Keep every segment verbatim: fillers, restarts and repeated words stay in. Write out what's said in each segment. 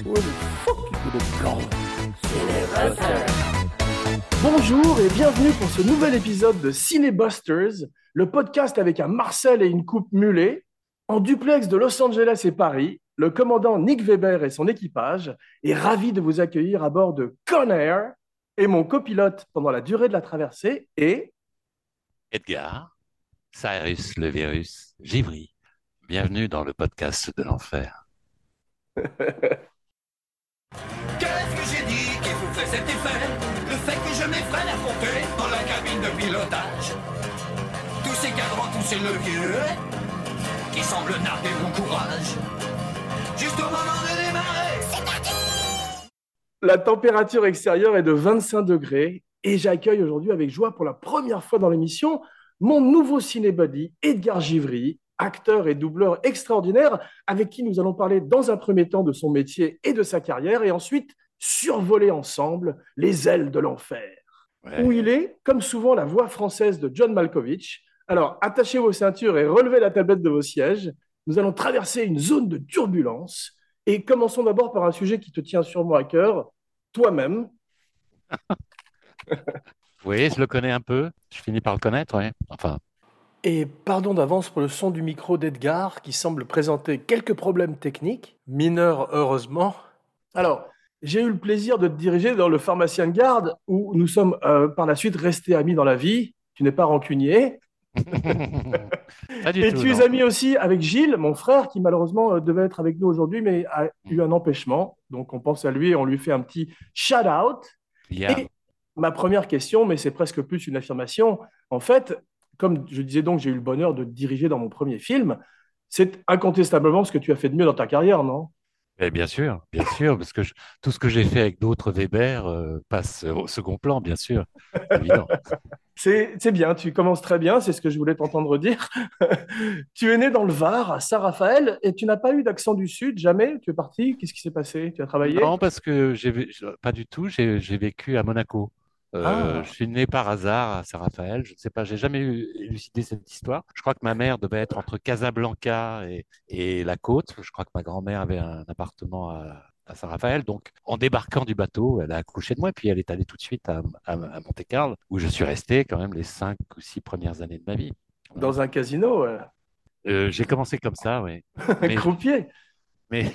Where the fuck did it go? Cinébusters. Bonjour et bienvenue pour ce nouvel épisode de Cinébusters, le podcast avec un Marcel et une coupe mulet. En duplex de Los Angeles et Paris, le commandant Nick Weber et son équipage est ravi de vous accueillir à bord de Conair et mon copilote pendant la durée de la traversée est... Edgar, Cyrus le virus, Givry. Bienvenue dans le podcast de l'enfer. Qu'est-ce que j'ai dit qui vous fait cet effet? Le fait que je m'effraie d'affronter dans la cabine de pilotage tous ces cadrans, tous ces leviers qui semblent narguer mon courage. Juste au moment de démarrer. C'est parti! La température extérieure est de vingt-cinq degrés et j'accueille aujourd'hui avec joie pour la première fois dans l'émission mon nouveau cinébuddy, Edgar Givry, acteur et doubleur extraordinaire avec qui nous allons parler dans un premier temps de son métier et de sa carrière et ensuite survoler ensemble les ailes de l'enfer, ouais. Où il est, comme souvent, la voix française de John Malkovich. Alors, attachez vos ceintures et relevez la tablette de vos sièges. Nous allons traverser une zone de turbulence et commençons d'abord par un sujet qui te tient sûrement à cœur, toi-même. Oui, je le connais un peu. Je finis par le connaître, oui. Enfin... Et pardon d'avance pour le son du micro d'Edgar qui semble présenter quelques problèmes techniques, mineurs heureusement. Alors, j'ai eu le plaisir de te diriger dans le pharmacien de garde où nous sommes euh, par la suite restés amis dans la vie. Tu n'es pas rancunier. Pas du Et tout, tu es non. ami aussi avec Gilles, mon frère, qui malheureusement euh, devait être avec nous aujourd'hui, mais a eu un empêchement. Donc on pense à lui et on lui fait un petit shout-out. Yeah. Et ma première question, mais c'est presque plus une affirmation, en fait, comme je disais donc, j'ai eu le bonheur de te diriger dans mon premier film, c'est incontestablement ce que tu as fait de mieux dans ta carrière, non? Et bien sûr, bien sûr, parce que je- tout ce que j'ai fait avec d'autres Weber euh, passe au second plan, bien sûr, évident. C'est, c'est bien, tu commences très bien, c'est ce que je voulais t'entendre dire. Tu es né dans le Var, à Saint-Raphaël, et tu n'as pas eu d'accent du Sud, jamais? Tu es parti? Qu'est-ce qui s'est passé? Tu as travaillé? Non, parce que j'ai vé- je- pas du tout. J'ai j'ai vécu à Monaco. Euh, je Ah, suis né par hasard à Saint-Raphaël. Je ne sais pas, j'ai jamais eu- élucidé cette histoire. Je crois que ma mère devait être entre Casablanca et, et la côte. Je crois que ma grand-mère avait un appartement à, à Saint-Raphaël. Donc, en débarquant du bateau, elle a accouché de moi, puis elle est allée tout de suite à, à, à Monte-Carlo, où je suis resté quand même les cinq ou six premières années de ma vie. Voilà. dans un casino, euh, Euh, j'ai commencé comme ça, oui. un Mais, croupier. mais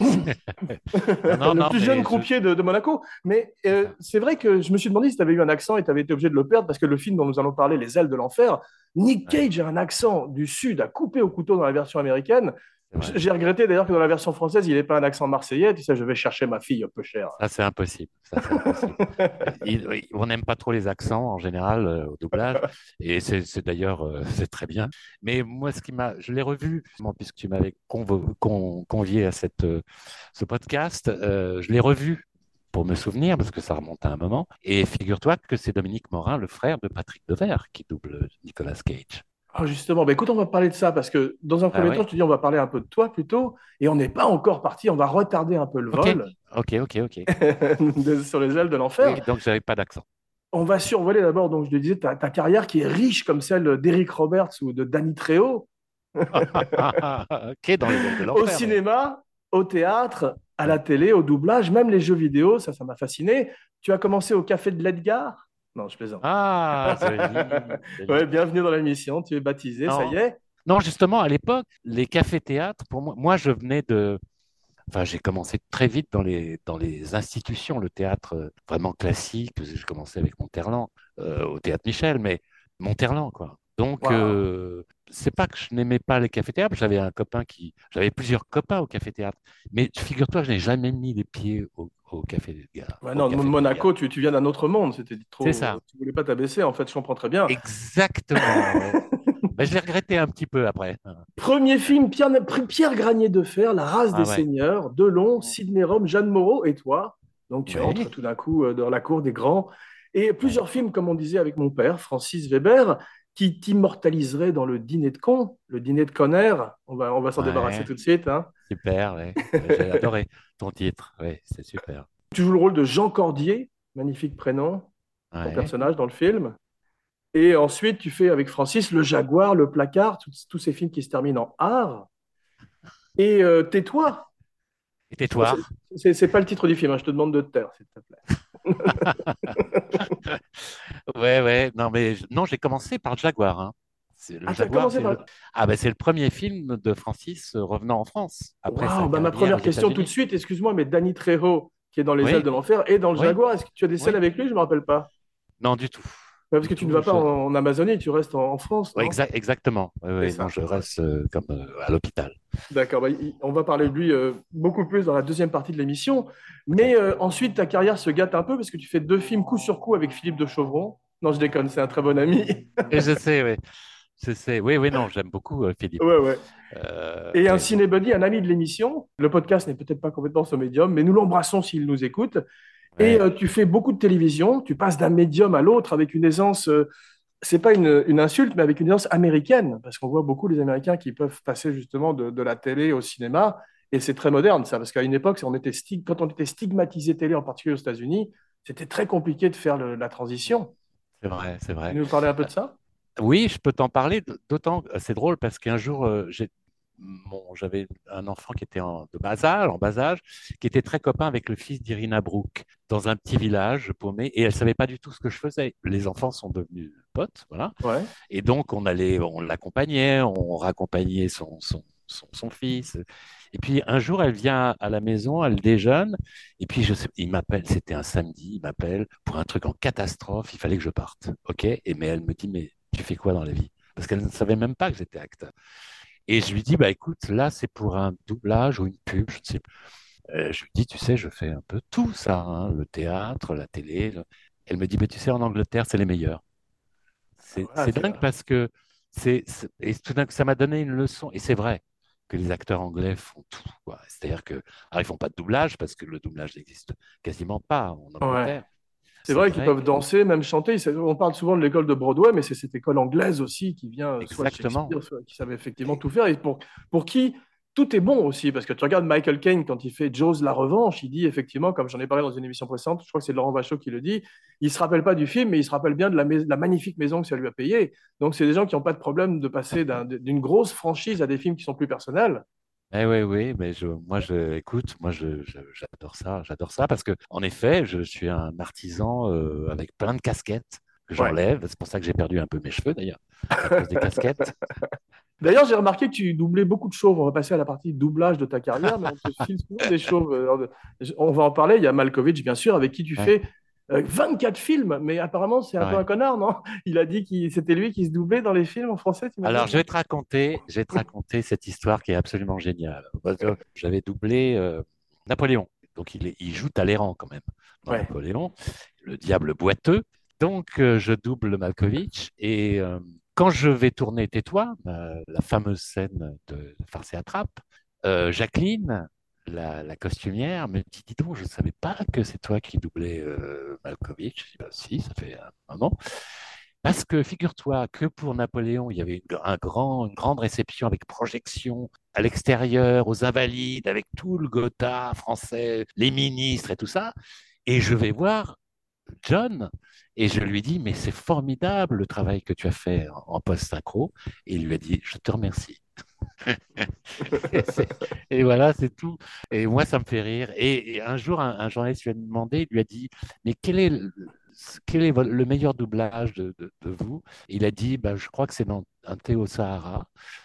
non, non, Le non, plus jeune mais je... croupier de, de Monaco. Mais euh, c'est vrai que je me suis demandé si tu avais eu un accent et tu avais été obligé de le perdre parce que le film dont nous allons parler, Les ailes de l'enfer, Nick ouais, Cage a un accent du Sud à couper au couteau dans la version américaine. c'est vrai. J'ai regretté d'ailleurs que dans la version française, il n'ait pas un accent marseillais. Tu sais, je vais chercher ma fille un peu chère. Ça, c'est impossible. Ça, c'est impossible. Il- il- on n'aime pas trop les accents en général euh, au doublage, et c'est c'est d'ailleurs euh, c'est très bien. Mais moi, ce qui m'a, je l'ai revu justement, puisque tu m'avais convo- con- convié à cette euh, ce podcast, euh, je l'ai revu pour me souvenir parce que ça remonte à un moment. Et figure-toi que c'est Dominique Morin, le frère de Patrick Devers, qui double Nicolas Cage. Ah, justement, bah, écoute, on va parler de ça parce que dans un Ah premier temps, ouais. je te dis, on va parler un peu de toi plutôt, et on n'est pas encore parti, on va retarder un peu le Ok, vol ok, ok, ok. de- sur les ailes de l'enfer. Oui, donc j'avais pas d'accent. On va survoler d'abord, donc je te disais, ta, ta carrière qui est riche comme celle d'Eric Roberts ou de Danny Trejo, Ok, dans les ailes de au l'enfer, mais. cinéma, au théâtre, à la Ouais. télé, au doublage, même les jeux vidéo, ça, ça m'a fasciné. Tu as commencé au Café de l'Edgar? Non, je plaisante. Ah, joli, Ouais, joli. bienvenue dans l'émission, tu es baptisé, ça y Non, est. non, justement, à l'époque, les cafés-théâtres, pour moi, moi, je venais de. Enfin, j'ai commencé très vite dans les, dans les institutions, le théâtre euh, vraiment classique. J'ai commencé avec Monterland, euh, au théâtre Michel, mais Monterland, quoi. Donc, Waouh. euh, c'est pas que je n'aimais pas les cafés-théâtres. J'avais un copain qui. J'avais plusieurs copains au café-théâtre. Mais figure-toi, je n'ai jamais mis les pieds au, au café d'Edgar. Ouais, Au non, café d'Edgar. Monaco, tu, tu viens d'un autre monde, c'était C'est trop. ça. Tu voulais pas t'abaisser, en fait, je comprends très bien. Exactement, ouais. Ben, je l'ai regretté un petit peu après. Premier film, Pierre, Pierre Granier de Fer, La race des Ah ouais. seigneurs, Delon, Sidney Rome, Jeanne Moreau et toi. Donc tu entres Oui. tout d'un coup euh, dans la cour des grands. Et Ouais. plusieurs films, comme on disait avec mon père, Francis Weber, qui t'immortaliseraient dans le dîner de con, le dîner de Conner. On va, on va s'en débarrasser Ouais. tout de suite, hein. Super, ouais. Ouais, j'ai adoré ton titre. Ouais, c'est super. Tu joues le rôle de Jean Cordier, magnifique prénom, ton Ouais. personnage dans le film. Et ensuite, tu fais avec Francis Le Jaguar, Le Placard, tous, tous ces films qui se terminent en art. Et euh, tais-toi. Et C'est Tétoire? c'est- c'est pas le titre du film, hein, je te demande de te taire, s'il te plaît. Ouais, ouais. Non, mais je- non, j'ai commencé par le Jaguar, hein. C'est- Le Ah, tu as Jaguar, commencé c'est le... par. Ah, ben, c'est le premier film de Francis euh, revenant en France après sa Waouh, bah ma carrière aux première question tout de États-Unis. suite, excuse-moi, mais Danny Trejo, qui est dans Les Ailes Oui, de l'Enfer, et dans Le oui, Jaguar, est-ce que tu as des scènes oui. avec lui? Je me rappelle pas. Non, du tout. Ouais, parce Du que tu ne tout. vas pas Je... en, en Amazonie, tu restes en, en France, Ouais, non? exa- exactement. Ouais, C'est ouais, non, ça. je Ouais. reste euh, comme euh, à l'hôpital. D'accord, bah, il- on va parler de lui euh, beaucoup plus dans la deuxième partie de l'émission. OK. Mais euh, ensuite, ta carrière se gâte un peu parce que tu fais deux films coup sur coup avec Philippe de Chauvron. Non, je déconne, c'est un très bon ami. Et je sais, oui. Je sais. Oui, oui, non, j'aime beaucoup euh, Philippe. Ouais, ouais. Euh, Et un ouais, donc, cinébuddy, un ami de l'émission. Le podcast n'est peut-être pas complètement son médium, mais nous l'embrassons s'il nous écoute. Et ouais. euh, tu fais beaucoup de télévision, tu passes d'un médium à l'autre avec une aisance, euh, c'est pas une, une insulte, mais avec une aisance américaine, parce qu'on voit beaucoup les Américains qui peuvent passer justement de, de la télé au cinéma, et c'est très moderne ça, parce qu'à une époque, on était stig- quand on était stigmatisé télé, en particulier aux États-Unis, c'était très compliqué de faire le- la transition. C'est vrai, c'est Tu vrai. veux nous parler un peu de ça? Oui, je peux t'en parler, d- d'autant, euh, c'est drôle parce qu'un jour, euh, j'ai, mon- j'avais un enfant qui était en, de bas âge, en bas âge, qui était très copain avec le fils d'Irina Brooke dans un petit village paumé, et elle savait pas du tout ce que je faisais. Les enfants sont devenus potes, voilà, Ouais. et donc on allait, on l'accompagnait, on raccompagnait son, son, son, son fils. Et puis un jour, elle vient à la maison, elle déjeune, et puis je sais, il m'appelle, c'était un samedi, il m'appelle pour un truc en catastrophe, il fallait que je parte, ok? Et mais elle me dit, mais tu fais quoi dans la vie? Parce qu'elle ne savait même pas que j'étais acteur. Et je lui dis, bah écoute, là c'est pour un doublage ou une pub, je ne sais plus. Euh, je lui dis, tu sais, je fais un peu tout ça, hein, le théâtre, la télé. le- Elle me dit, mais tu sais, en Angleterre, c'est les meilleurs. C'est Voilà, c'est tu dingue vois. parce que c'est, c'est- et tout d'un coup, ça m'a donné une leçon. Et c'est vrai que les acteurs anglais font tout, quoi. C'est-à-dire que, alors ils font pas de doublage parce que le doublage n'existe quasiment pas en Ouais. Angleterre. C'est C'est vrai qu'ils vrai peuvent que, danser, même chanter. C'est- On parle souvent de l'école de Broadway, mais c'est cette école anglaise aussi qui vient euh, soit de exactement. Shakespeare, soit qui savait effectivement tout faire. Et pour, pour qui tout est bon aussi, parce que tu regardes Michael Caine quand il fait Jaws la revanche, il dit effectivement, comme j'en ai parlé dans une émission précédente, je crois que c'est Laurent Vachaud qui le dit, il se rappelle pas du film, mais il se rappelle bien de la, mais- de la magnifique maison que ça lui a payée. Donc c'est des gens qui n'ont pas de problème de passer d'un- d'une grosse franchise à des films qui sont plus personnels. Eh oui, oui, mais je, moi, je, écoute, moi, je, je- j'adore ça, j'adore ça parce que, en effet, je suis un artisan euh, avec plein de casquettes que Ouais. j'enlève. C'est pour ça que j'ai perdu un peu mes cheveux, d'ailleurs, à cause des casquettes. D'ailleurs, j'ai remarqué que tu doublais beaucoup de chauves. On va passer à la partie doublage de ta carrière, mais on te file souvent des chauves. Alors, de- On va en parler. Il y a Malkovich, bien sûr, avec qui tu Ouais, fais euh, vingt-quatre films. Mais apparemment, c'est un peu un ouais. connard, non? Il a dit que c'était lui qui se doublait dans les films en français, tu m'as dit? Alors, je vais te raconter, je vais te raconter cette histoire qui est absolument géniale. Parce que j'avais doublé euh, Napoléon. Donc, il, est- il joue Talleyrand quand même dans Ouais. Napoléon, le diable boiteux. Donc, euh, je double Malkovich. Et euh, quand je vais tourner Tais-toi, ma- la fameuse scène de Farce et Attrape, euh, Jacqueline, la, la costumière, me dit, dis donc, je ne savais pas que c'est toi qui doublais euh, Malkovich. Je dis, bah, si, ça fait un moment. Parce que figure-toi que pour Napoléon, il y avait une, un grand, une grande réception avec projection à l'extérieur, aux Invalides, avec tout le Gotha français, les ministres et tout ça. Et je vais voir John et je lui dis, mais c'est formidable le travail que tu as fait en, en post-synchro. Et il lui a dit, je te remercie. Et, c'est- et voilà, c'est tout. Et moi, ça me fait rire. Et, et un jour, un, un journaliste lui a demandé, il lui a dit, mais quel est le, quel est vo- le meilleur doublage de, de- de vous? Il a dit, bah, je crois que c'est dans un Théo Sahara.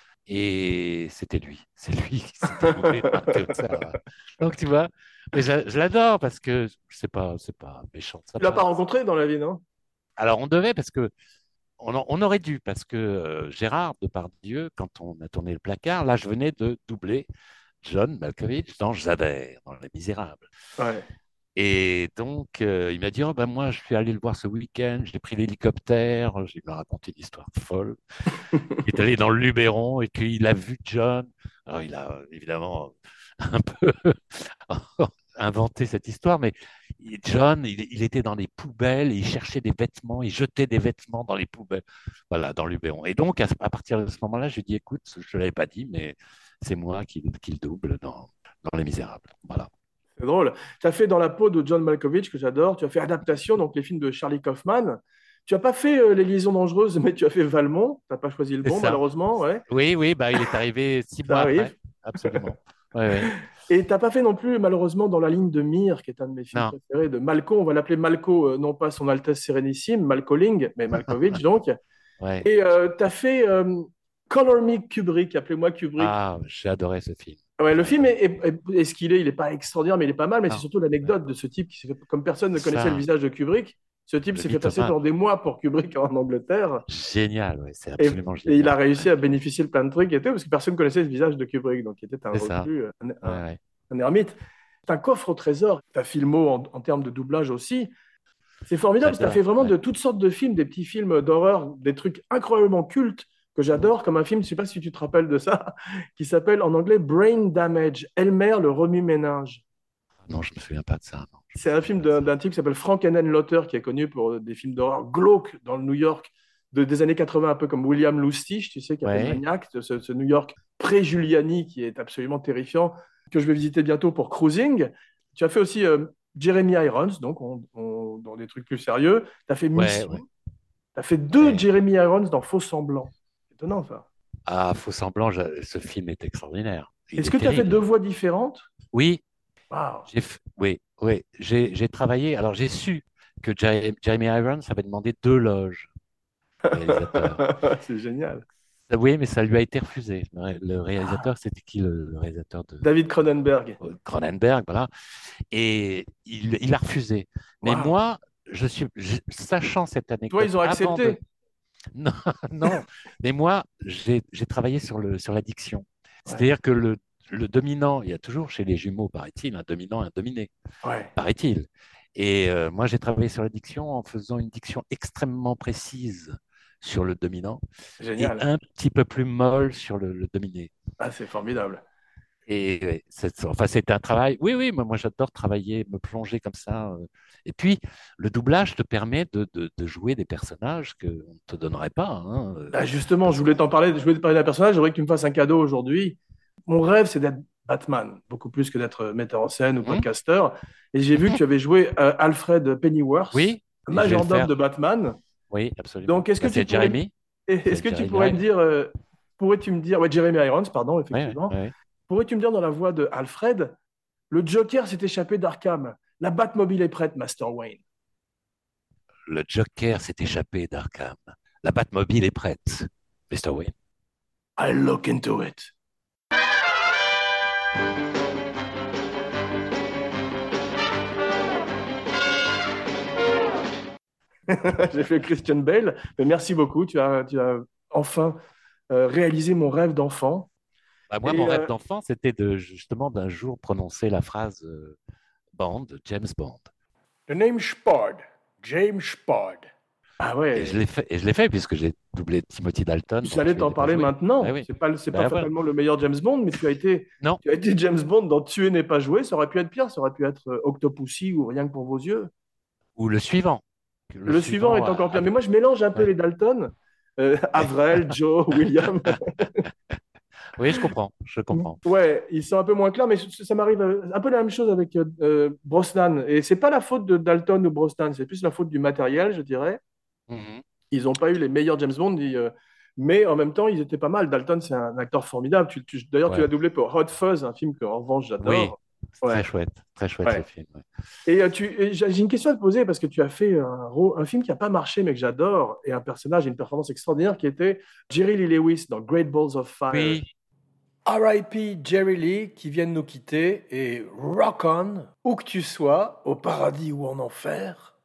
Et c'était lui. C'est lui qui s'était doublé par Théo Sahara. Donc, tu vois, mais je, je l'adore parce que c'est pas, c'est pas méchant de sa Tu l'as pas part. rencontré dans la vie, non? Alors, on devait parce que on, en- on aurait dû, parce que euh, Gérard Depardieu, quand on a tourné Le Placard, là, je venais de doubler John Malkovich dans Javert, dans Les Misérables. Ouais. Et donc, euh, il m'a dit, oh, ben, moi, je suis allé le voir ce week-end, j'ai pris l'hélicoptère, il m'a raconté une histoire folle. Il est allé dans le Luberon et qu'il a vu John. Alors, il a euh, évidemment un peu inventé cette histoire, mais John, il, il était dans les poubelles, il cherchait des vêtements, il jetait des vêtements dans les poubelles, voilà, dans Luberon. Et donc, à, à partir de ce moment-là, je lui ai dit, écoute, je ne l'avais pas dit, mais c'est moi qui, qui le double dans, dans Les Misérables. Voilà. C'est drôle. Tu as fait Dans la peau de John Malkovich, que j'adore. Tu as fait Adaptation, donc les films de Charlie Kaufman. Tu as pas fait euh, Les Liaisons dangereuses, mais tu as fait Valmont. Tu n'as pas choisi le C'est bon, ça. malheureusement. Ouais. Oui, oui, bah, il est arrivé six Ça mois après. arrive. Absolument. Ouais, ouais. Et t'as pas fait non plus, malheureusement, Dans la ligne de mire, qui est un de mes films Non, préférés, de Malko. On va l'appeler Malko, euh, non pas Son Altesse Sérénissime, Malkoling, mais Malkovich donc. ouais. Et euh, t'as fait euh, Color Me Kubrick, appelez-moi Kubrick. Ah, j'ai adoré ce film. Ouais, le J'ai film adoré. est, est- est- est ce qu'il est, il est pas extraordinaire, mais il est pas mal. Mais c'est Non, surtout ouais. l'anecdote de ce type qui s'est fait, comme personne ne connaissait le Ça, visage de Kubrick, ce type le s'est fait passer mythomane, pendant des mois pour Kubrick en Angleterre. génial, ouais, c'est Et, absolument et il a génial. réussi Ouais. à bénéficier de plein de trucs et tout, parce que personne ne connaissait le visage de Kubrick, donc il était un C'est ça. reclus, un, Ouais, un- ouais. un ermite. C'est un coffre au trésor. Ta filmo en, en termes de doublage aussi. C'est formidable, parce que tu as fait J'adore. vraiment Ouais. de toutes sortes de films, des petits films d'horreur, des trucs incroyablement cultes que Mm. j'adore, comme un film, je ne sais pas si tu te rappelles de ça, qui s'appelle en anglais Brain Damage, Elmer le remue-ménage. Non, je me souviens pas de ça. Non, je me C'est un souviens film pas de d'un ça. d'un type qui s'appelle Frank Henenlotter, qui est connu pour des films d'horreur glauques dans le New York de, des années quatre-vingts, un peu comme William Lustig, tu sais, qui a fait Ouais. Maniac, de ce, ce New York pré-Giuliani qui est absolument terrifiant, que je vais visiter bientôt pour Cruising. Tu as fait aussi euh, Jeremy Irons, donc on- on- dans des trucs plus sérieux. Tu as fait Ouais, Mission. ouais, Tu as fait deux ouais. Jeremy Irons dans Faux Semblant. C'est étonnant, ça. Ah, Faux semblant, je- ce film est extraordinaire. Il Est-ce est que tu as fait deux terrible. voix différentes? Oui, Waouh. j'ai f- oui, oui, j'ai j'ai travaillé. Alors, j'ai su que Jer- Jeremy Irons avait demandé deux loges au réalisateur. C'est génial. Euh, Oui, mais ça lui a été refusé. Le ré- le Ah, réalisateur, c'était qui le, le réalisateur de David Cronenberg. euh, Cronenberg, voilà. Et il, il a refusé. Mais Waouh. moi, je suis, je- sachant cette Toi, anecdote ils ont avant de, accepté. non, non, mais moi, j'ai j'ai travaillé sur le, sur l'addiction. Ouais, C'est-à-dire que le, le dominant, il y a toujours chez les jumeaux, paraît-il, un dominant et un dominé, ouais, paraît-il. Et euh, moi, j'ai travaillé sur l'addiction en faisant une diction extrêmement précise sur le dominant et génial. un petit peu plus molle sur le, le dominé. Ah, c'est formidable. Et ouais, c'est, enfin, c'est un travail. Oui, oui, moi, moi j'adore travailler, me plonger comme ça. euh. Et puis, le doublage te permet de, de, de jouer des personnages qu'on ne te donnerait pas. Hein, euh, Bah, justement, je parce voulais que, t'en parler, je voulais te parler d'un personnage, j'aimerais que tu me fasses un cadeau aujourd'hui. Mon rêve, c'est d'être Batman, beaucoup plus que d'être metteur en scène ou Hum, podcasteur. Et j'ai vu que tu avais joué euh, Alfred Pennyworth, oui, le et je vais le majordome faire. de Batman. Oui, absolument. Donc, est-ce que Bah, tu c'est pourrais, Jeremy. est-ce C'est que tu Jeremy pourrais me Irons. dire, euh, pourrais-tu me dire, ouais, Jeremy Irons, pardon, Oui, oui, effectivement, oui. pourrais-tu me dire dans la voix de Alfred, le Joker s'est échappé d'Arkham, la Batmobile est prête, Master Wayne. Le Joker s'est échappé d'Arkham. La Batmobile est prête, mister Wayne. I'll look into it. J'ai fait Christian Bale, mais merci beaucoup, tu as, tu as enfin euh, réalisé mon rêve d'enfant. Bah, moi, mon Et rêve euh, d'enfant, c'était de justement d'un jour prononcer la phrase euh, Bond, James Bond. The name Spard, James Spard. Ah Et je ouais, l'ai fait, et je l'ai fait puisque j'ai doublé Timothy Dalton dans j'allais Tuer t'en n'est pas parler joué. Ah maintenant. oui. C'est pas, c'est pas Ben voilà. fatalement le meilleur James Bond, mais tu as été, Non, tu as été James Bond dans Tuer n'est pas joué. Ça aurait pu être pire, ça aurait pu être euh, Octopussy ou Rien que pour vos yeux. ou le suivant. Le Le suivant suivant est encore pire. Mais avec. moi, je mélange un peu Ouais. les Dalton. Euh, Avril, Joe, William. Oui, je comprends, je comprends. Ouais, ils sont un peu moins clairs, mais ça, ça m'arrive euh, un peu la même chose avec euh, euh, Brosnan. Et c'est pas la faute de Dalton ou Brosnan, c'est plus la faute du matériel, je dirais. Mhm. Ils n'ont pas eu les meilleurs James Bond, ils, euh, mais en même temps, ils étaient pas mal. Dalton, c'est un acteur formidable. Tu, tu- d'ailleurs, tu l'as Ouais. doublé pour Hot Fuzz, un film que, en revanche, Oui, j'adore. c'est très Ouais, chouette, très chouette ce ouais. film. Ouais. Et, euh, tu, et j'ai j'ai une question à te poser parce que tu as fait un, rôle- un film qui n'a pas marché, mais que j'adore, et un personnage et une performance extraordinaire qui était Jerry Lee Lewis dans Great Balls of Fire. Oui, R I P Jerry Lee qui vient de nous quitter et rock on, où que tu sois, au paradis ou en enfer.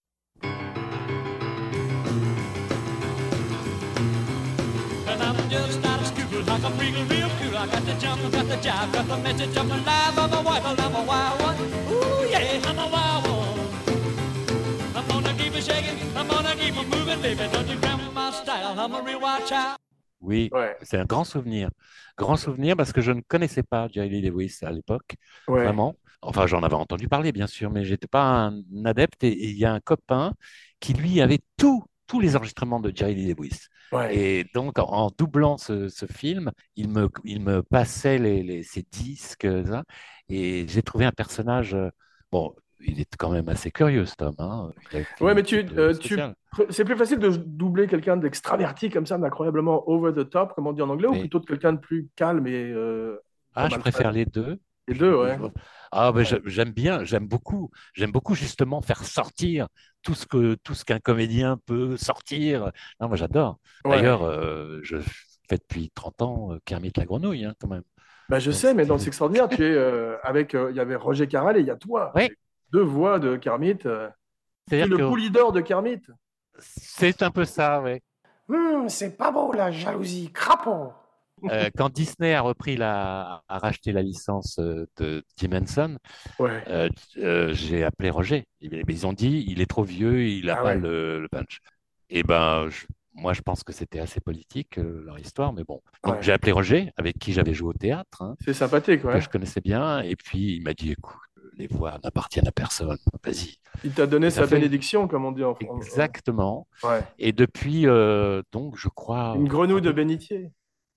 And I'm just out of school, like a freak, real cool. I got the jump, got the jive, got the message of my life. I'm a wife, and I'm a wild one. Ooh, yeah, I'm a wild one. I'm gonna keep it shaking, I'm gonna keep it moving, baby. Don't you grab my style, I'm a real wild child. oui, Ouais, c'est un grand souvenir. Grand souvenir parce que je ne connaissais pas Jerry Lee Lewis à l'époque, ouais, vraiment. Enfin, j'en avais entendu parler, bien sûr, mais j'étais pas un adepte. Et et il y a un copain qui, lui, avait tout, tous les enregistrements de Jerry Lee Lewis. ouais. Et donc, en, en doublant ce, ce film, il me, il me passait les, les- ces disques, ça, et j'ai trouvé un personnage. euh, Bon, il est quand même assez curieux, cet homme. Hein. Il a fait Ouais, mais un tu, petit peu euh, tu, spécial. c'est plus facile de doubler quelqu'un d'extraverti comme ça, d'incroyablement over the top, comme on dit en anglais, ou Oui. plutôt de quelqu'un de plus calme et euh, Ah, comme je Alfred. préfère les deux. Les deux, ouais. Ah, ben Ouais. j'ai- j'aime bien, j'aime beaucoup, j'aime beaucoup justement faire sortir tout ce que tout ce qu'un comédien peut sortir. Non, moi j'adore. D'ailleurs, Ouais. euh, je fais depuis trente ans euh, Kermit la grenouille, hein, quand même. Bah, je Donc sais, mais dans c'était. C'est extraordinaire, tu es euh, avec. euh, Il y avait Roger Carrel et il y a toi. Oui, Les deux voix de Kermit. euh, tu es c'est-à-dire le que co-leader de Kermit. c'est un peu ça, ouais. Hum, c'est pas beau la jalousie, crapaud. Euh, quand Disney a repris la, a racheté la licence euh, de Tim Henson, Ouais. euh, euh, j'ai appelé Roger. Ils, ils ont dit, il est trop vieux, il n'a Ah pas ouais. le, le punch. Et ben, je- moi, je pense que c'était assez politique euh, leur histoire, mais bon. Donc Ouais. j'ai appelé Roger, avec qui j'avais joué au théâtre, hein, C'est sympathique, que ouais. je connaissais bien, et puis il m'a dit, écoute, les voix n'appartiennent à personne. Vas-y. Il t'a donné Et ça sa fait bénédiction, comme on dit en France. exactement. Ouais. Et depuis, euh, donc, je crois Une grenouille un de peu. bénitier.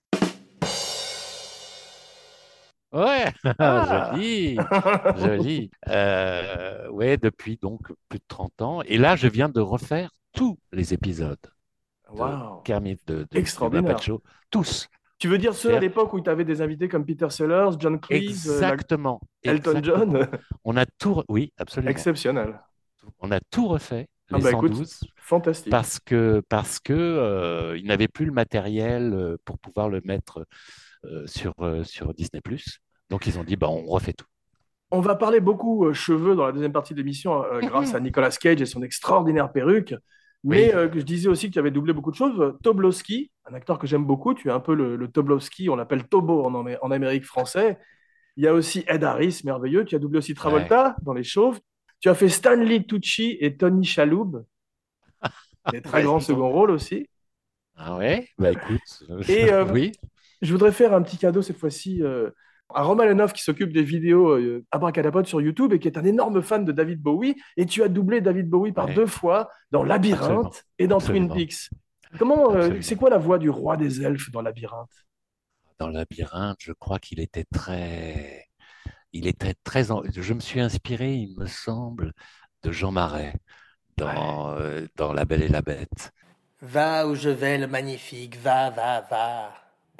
Ouais, Ah! joli, joli. Euh, ouais, depuis donc plus de trente ans. Et là, je viens de refaire tous les épisodes de Waouh! Kermit de, de, du Muppet Extraordinaire. Show. Tous. Tu veux dire ceux à C'est-à-dire l'époque où tu avais des invités comme Peter Sellers, John Cleese, euh, la- exactement, Elton exactement. John? On a tout, re- oui, absolument. Exceptionnel. On a tout refait, Ah les bah écoute, cent douze, fantastique. parce que, parce que euh, ils n'avaient plus le matériel euh, pour pouvoir le mettre euh, sur, euh, sur Disney+. Donc, ils ont dit, bah, on refait tout. On va parler beaucoup euh, cheveux dans la deuxième partie de l'émission euh, grâce Mhm. à Nicolas Cage et son extraordinaire perruque. Oui, Mais euh, que je disais aussi que tu avais doublé beaucoup de choses. Tobolowsky, un acteur que j'aime beaucoup, tu es un peu le, le Tobolowsky, on l'appelle Tobo en, Amé- en Amérique français. Il y a aussi Ed Harris, merveilleux. Tu as doublé aussi ouais. Travolta dans Les Chauves. Tu as fait Stanley Tucci et Tony Shalhoub, des très Ouais, grands dis donc. second rôles aussi. Ah ouais, bah écoute, Et euh, oui, je voudrais faire un petit cadeau cette fois-ci euh, à Romain Lenoff qui s'occupe des vidéos euh, Abracadapod sur YouTube et qui est un énorme fan de David Bowie. Et tu as doublé David Bowie par ouais, deux fois dans absolument, Labyrinthe et dans Twin absolument, Peaks. Comment, euh, c'est absolument. quoi la voix du roi des elfes dans Labyrinthe? Dans le labyrinthe, je crois qu'il était très, il était très, en- je me suis inspiré, il me semble, de Jean Marais Ouais, dans, euh, dans La Belle et la Bête. Va où je vais, le magnifique, va, va, va.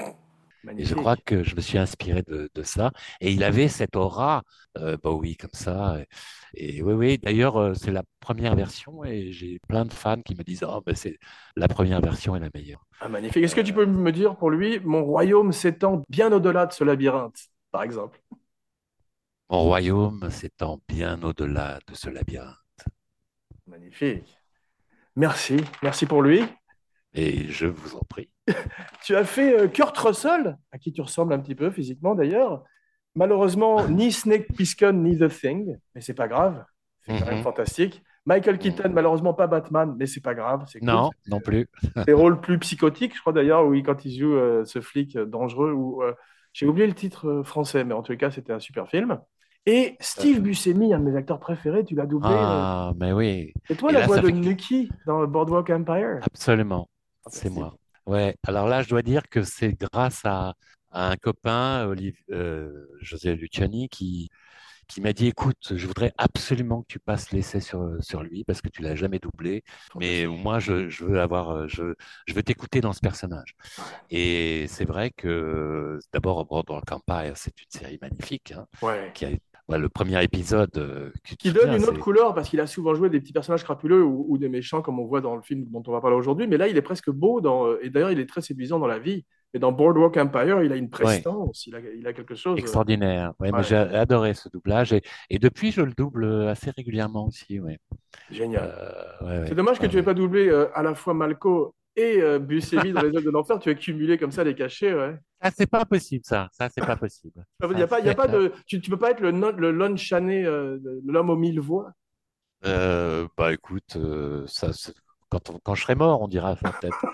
Et je crois magnifique. que je me suis inspiré de, de ça. Et il avait cette aura, euh, Bowie, comme ça. Et, et oui, oui, d'ailleurs, euh, c'est la première version et j'ai plein de fans qui me disent, oh, ben c'est la première version est la meilleure. Ah, magnifique. Est-ce que tu Euh, peux me dire pour lui, mon royaume s'étend bien au-delà de ce labyrinthe, par exemple? Mon royaume s'étend bien au-delà de ce labyrinthe. Magnifique. Merci, merci pour lui. Et je vous en prie. Tu as fait euh, Kurt Russell, à qui tu ressembles un petit peu physiquement d'ailleurs. Malheureusement, ni Snake Plissken ni The Thing, mais c'est pas grave, c'est quand même Mhm. fantastique. Michael Keaton, Mhm. malheureusement pas Batman, mais c'est pas grave, c'est cool. Non, non plus. Des rôles plus psychotiques, je crois d'ailleurs, oui, quand il joue euh, ce flic euh, dangereux. Ou euh, j'ai oublié le titre euh, français, mais en tout cas, c'était un super film. Et Tout à Steve fait. Buscemi, un de mes acteurs préférés, tu l'as doublé. euh, Ah, mais oui. C'est toi Et la là, voix ça de fait que- Nucky dans Boardwalk Empire. absolument, c'est Fantastique. moi. Ouais. Alors là, je dois dire que c'est grâce à, à un copain, Olive- euh, José Luciani, qui, qui m'a dit, écoute, je voudrais absolument que tu passes l'essai sur, sur lui parce que tu l'as jamais doublé, mais Fantastique. moi, je, je veux avoir, euh, je, je veux t'écouter dans ce personnage. Ouais. Et c'est vrai que d'abord, Boardwalk Empire, c'est une série magnifique, hein, Ouais. qui a, ouais, le premier épisode, euh, tu te Qui donne souviens, une autre c'est couleur parce qu'il a souvent joué des petits personnages crapuleux ou, ou des méchants comme on voit dans le film dont on va parler aujourd'hui. Mais là, il est presque beau dans, euh, et d'ailleurs, il est très séduisant dans la vie. Et dans Boardwalk Empire, il a une ouais, prestance, il a, il a quelque chose. euh, extraordinaire. Ouais, moi, Ouais, j'ai adoré ce doublage et, et depuis, je le double assez régulièrement aussi. Ouais. génial. Euh, ouais, C'est ouais, dommage que ouais, tu n'aies ouais. pas doublé euh, à la fois Malco et euh, Buscemi dans Les Ailes de l'Enfer. Tu as cumulé comme ça les cachets. Ouais. Ça, c'est pas possible, ça. Ça, c'est pas possible. Il y Ça, a pas, il y a c'est- pas de, tu, tu peux pas être le, non- le Lon Chaney, euh, l'homme aux mille voix. Euh, bah, écoute, euh, ça, c'est- quand, on- quand je serai mort, on dira ça peut-être.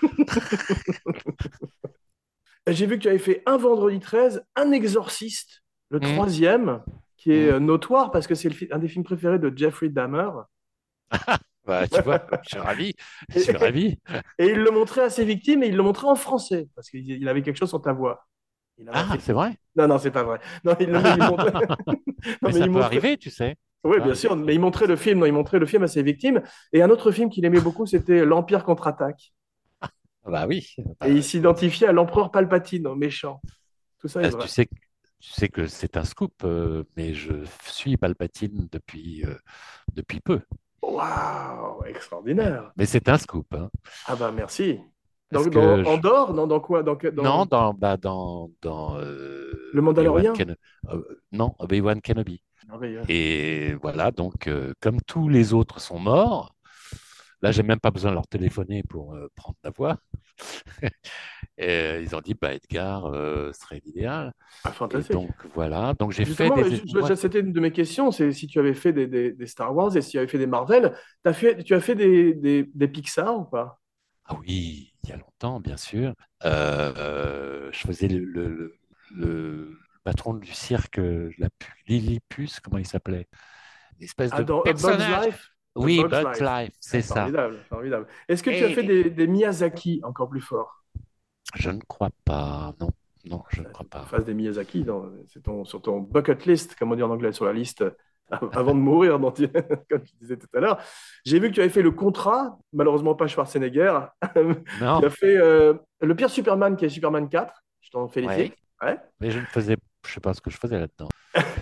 J'ai vu que tu avais fait un Vendredi treize, un Exorciste, le Hum, troisième, qui est hum. euh, notoire parce que c'est le fi- un des films préférés de Jeffrey Dahmer. Bah, tu vois, je suis ravi. Je Et, suis ravi. et il le montrait à ses victimes et il le montrait en français parce qu'il il avait quelque chose sur ta voix. Il avait un Ah, truc- c'est vrai? Non, non, c'est pas vrai. Non, il, le- mais il montrait... non, Mais mais ça il peut montrait... arriver, tu sais. Ça Oui, peut bien arriver. sûr, mais il montrait le film, non, il montrait le film à ses victimes. Et un autre film qu'il aimait beaucoup, c'était L'Empire contre-attaque. Bah oui. Et Bah, il écoute. s'identifiait à l'empereur Palpatine, au méchant. Tout ça est Ah, tu vrai. sais, tu sais que c'est un scoop, euh, mais je suis Palpatine depuis, euh, depuis peu. Waouh, Ouais. extraordinaire. Mais c'est un scoop, hein. Ah bah merci. Dans, Parce dans que je- Andorre, non, dans quoi? Dans, que- non, dans dans, bah, dans, dans Le euh, Obi-Wan Mandalorian? Kenobi. Non, Obi-Wan Kenobi. Merveilleux. Et voilà, donc, euh, comme tous les autres sont morts, là, j'ai même pas besoin de leur téléphoner pour euh, prendre la voix. Et, euh, ils ont dit, bah, Edgar euh, serait l'idéal. Ah, Et fantastique. donc, voilà. Donc, j'ai fait Justement, des. je- je- Ouais. c'était une de mes questions, c'est si tu avais fait des, des- des Star Wars et si tu avais fait des Marvel, t'as fait, tu as fait des, des, des Pixar ou pas? Ah oui, il y a longtemps, bien sûr. Euh, euh, je faisais le, le, le- le patron du cirque, euh, la pu- Lilliput, comment il s'appelait? Une espèce Ah, de dans A Bug's personnage. Life? A Oui, Bug's Bugs Life. Life, Ah, c'est ça. formidable, formidable. Est-ce que tu as fait Et des, des Miyazaki encore plus forts? je ne crois pas, non, non, je ne Il crois faut que tu pas. fasses des Miyazaki, dans, c'est ton, sur ton bucket list, comme on dit en anglais, sur la liste avant de mourir, dont tu- comme tu disais tout à l'heure. J'ai vu que tu avais fait le contrat, malheureusement pas Schwarzenegger. Tu Non, as fait euh, le pire Superman qui est Superman quatre. Je t'en ouais, félicite. Ouais. mais je ne faisais, je sais pas ce que je faisais là-dedans.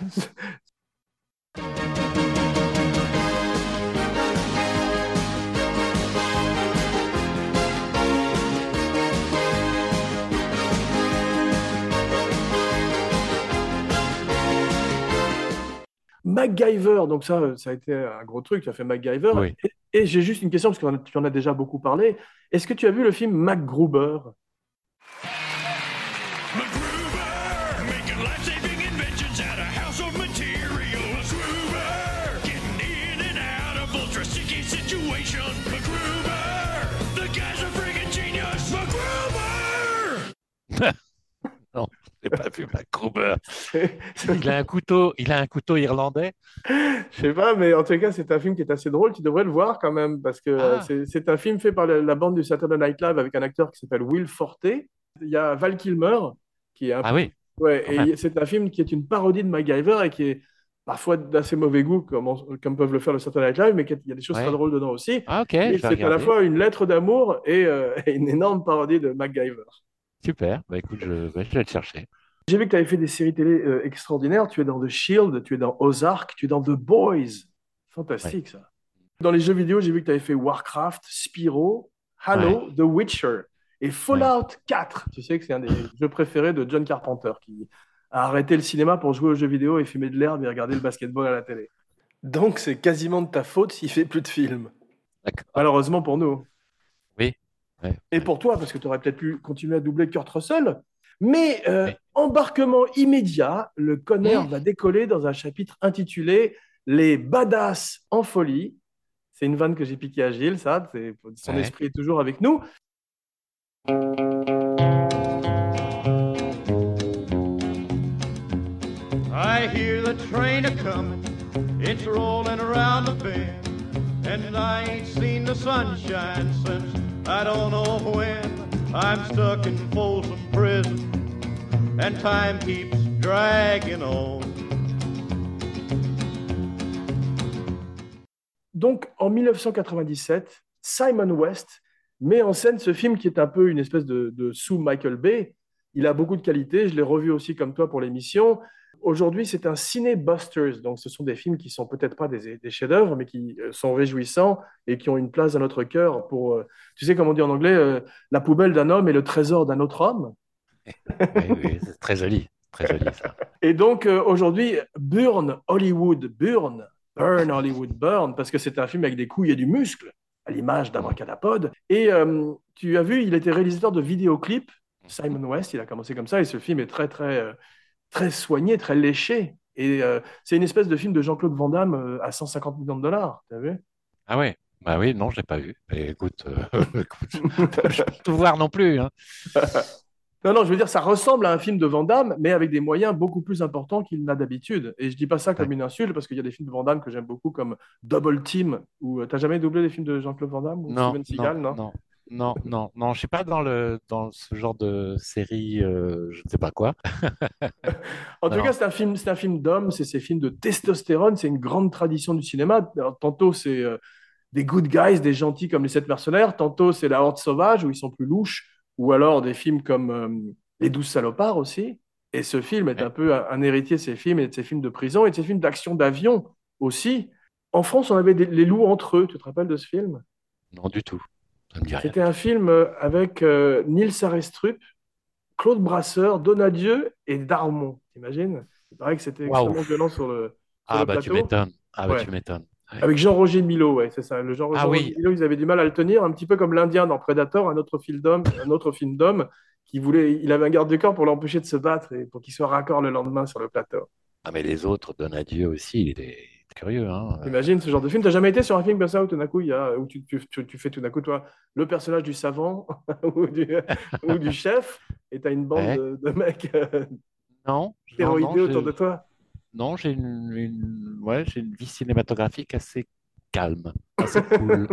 MacGyver, donc ça, ça a été un gros truc, tu as fait MacGyver. Oui. Et, et j'ai juste une question, parce que tu en as déjà beaucoup parlé. Est-ce que tu as vu le film MacGruber? MacGruber, making life-saving inventions out of household materials. MacGruber, getting in and out of ultra-sticky situations. MacGruber, the guy's a friggin' genius. MacGruber! Non, je n'ai pas vu MacGruber. Il a un couteau, il a un couteau irlandais. Je sais pas, mais en tout cas, c'est un film qui est assez drôle. Tu devrais le voir quand même, parce que euh, Ah, c'est c'est un film fait par la, la bande du Saturday Night Live avec un acteur qui s'appelle Will Forte. Il y a Val Kilmer, qui est un ah oui, ouais, quand même. et c'est un film qui est une parodie de MacGyver et qui est parfois d'assez mauvais goût, comme, on- comme peuvent le faire le Saturday Night Live, mais qui est- il y a des choses très Ouais. drôles dedans aussi. Ah ok, Et je vais c'est à la regarder. fois une lettre d'amour et, euh, et une énorme parodie de MacGyver. Super. Bah écoute, je, ouais, je vais le chercher. J'ai vu que tu avais fait des séries télé euh, extraordinaires. Tu es dans The Shield, tu es dans Ozark, tu es dans The Boys. Ouais, Fantastique ça. Dans les jeux vidéo, j'ai vu que tu avais fait Warcraft, Spyro, ouais, Halo, The Witcher et ouais. Fallout quatre. Tu sais que c'est un des jeux préférés de John Carpenter qui a arrêté le cinéma pour jouer aux jeux vidéo et fumer de l'herbe et regarder le basketball à la télé. Donc c'est quasiment de ta faute s'il fait plus de films. D'accord. Malheureusement pour nous. Oui, ouais, Et ouais, pour toi, parce que tu aurais peut-être pu continuer à doubler Kurt Russell. Mais euh, oui. embarquement immédiat, le Conner Hmm, va décoller dans un chapitre intitulé Les badass en folie. C'est une vanne que j'ai piquée à Gilles, ça. c'est- Son ouais. esprit est toujours avec nous. I hear the train a comin', it's rollin' around the bend, and I ain't seen the sunshine since I don't know when. I'm stuck in Folsom Prison, and time keeps dragging on. Donc, en mille neuf cent quatre-vingt-dix-sept, Simon West met en scène ce film qui est un peu une espèce de, de sous-Michael Bay. Il a beaucoup de qualités. Je l'ai revu aussi comme toi pour l'émission. Aujourd'hui, c'est un ciné-busters. Donc, ce sont des films qui sont peut-être pas des, des chefs-d'œuvre, mais qui euh, sont réjouissants et qui ont une place dans notre cœur pour, euh, tu sais, comme on dit en anglais, euh, la poubelle d'un homme et le trésor d'un autre homme. Oui, oui, c'est très joli, très joli ça. Et donc, euh, aujourd'hui, Burn Hollywood, Burn, Burn Hollywood, Burn, parce que c'est un film avec des couilles et du muscle, à l'image d'Abracadapod. Et euh, tu as vu, il était réalisateur de vidéoclips. Simon West, il a commencé comme ça, et ce film est très, très, euh, très soigné, très léché. Et euh, c'est une espèce de film de Jean-Claude Van Damme euh, à cent cinquante millions de dollars, tu as vu? Ah ouais, bah oui, non, je l'ai pas vu. Et écoute, euh, écoute, je peux tout voir non plus, hein. Non, non, je veux dire, ça ressemble à un film de Van Damme, mais avec des moyens beaucoup plus importants qu'il n'a d'habitude. Et je dis pas ça comme D'ac- une insulte, parce qu'il y a des films de Van Damme que j'aime beaucoup, comme Double Team, ou euh, t'as jamais doublé des films de Jean-Claude Van Damme ou Non, Steven non, Seagal, non? non, non, non, non, je suis pas dans le dans ce genre de série, euh, je ne sais pas quoi. En tout cas, Non, c'est un film, c'est un film d'homme, c'est ces films de testostérone, c'est une grande tradition du cinéma. Alors, tantôt, c'est euh, des good guys, des gentils comme Les Sept Mercenaires, tantôt, c'est La Horde Sauvage, où ils sont plus louches, ou alors des films comme euh, Les Douze Salopards aussi. Et ce film est Ouais. un peu un, un héritier de ces films et de ces films de prison et de ces films d'action d'avion aussi. En France, on avait des- les loups entre eux. Tu te rappelles de ce film? Non, du tout. Ça me dit rien C'était du un tout. film euh, avec euh, Nils Arestrup, Claude Brasseur, Donadieu et Darmon. T'imagines? Il paraît que c'était Waouh! extrêmement violent sur le, sur Ah, le bah, tu plateau. m'étonnes. Ah, bah, Ouais. tu m'étonnes. Ouais. Avec Jean-Roger Milot, ouais, c'est ça. Le Jean, Ah Jean-Roger oui, Milot, ils avaient du mal à le tenir, un petit peu comme l'Indien dans Predator, un autre film d'homme, un autre film d'homme qui voulait, il avait un garde du corps pour l'empêcher de se battre et pour qu'il soit raccord le lendemain sur le plateau. ah, mais les autres, Donadieu aussi, il était curieux, hein. Euh, Imagine ce genre de film. T'as jamais été sur un film comme ça où tout d'un coup, il y a, où tu, tu, tu, tu fais tout d'un coup, toi, le personnage du savant ou du, ou du chef, et t'as une bande Ouais. de, de mecs euh, Non, non, non, stéroïdés autour je- de toi. non, j'ai une, une- ouais, j'ai une vie cinématographique assez calme, assez cool.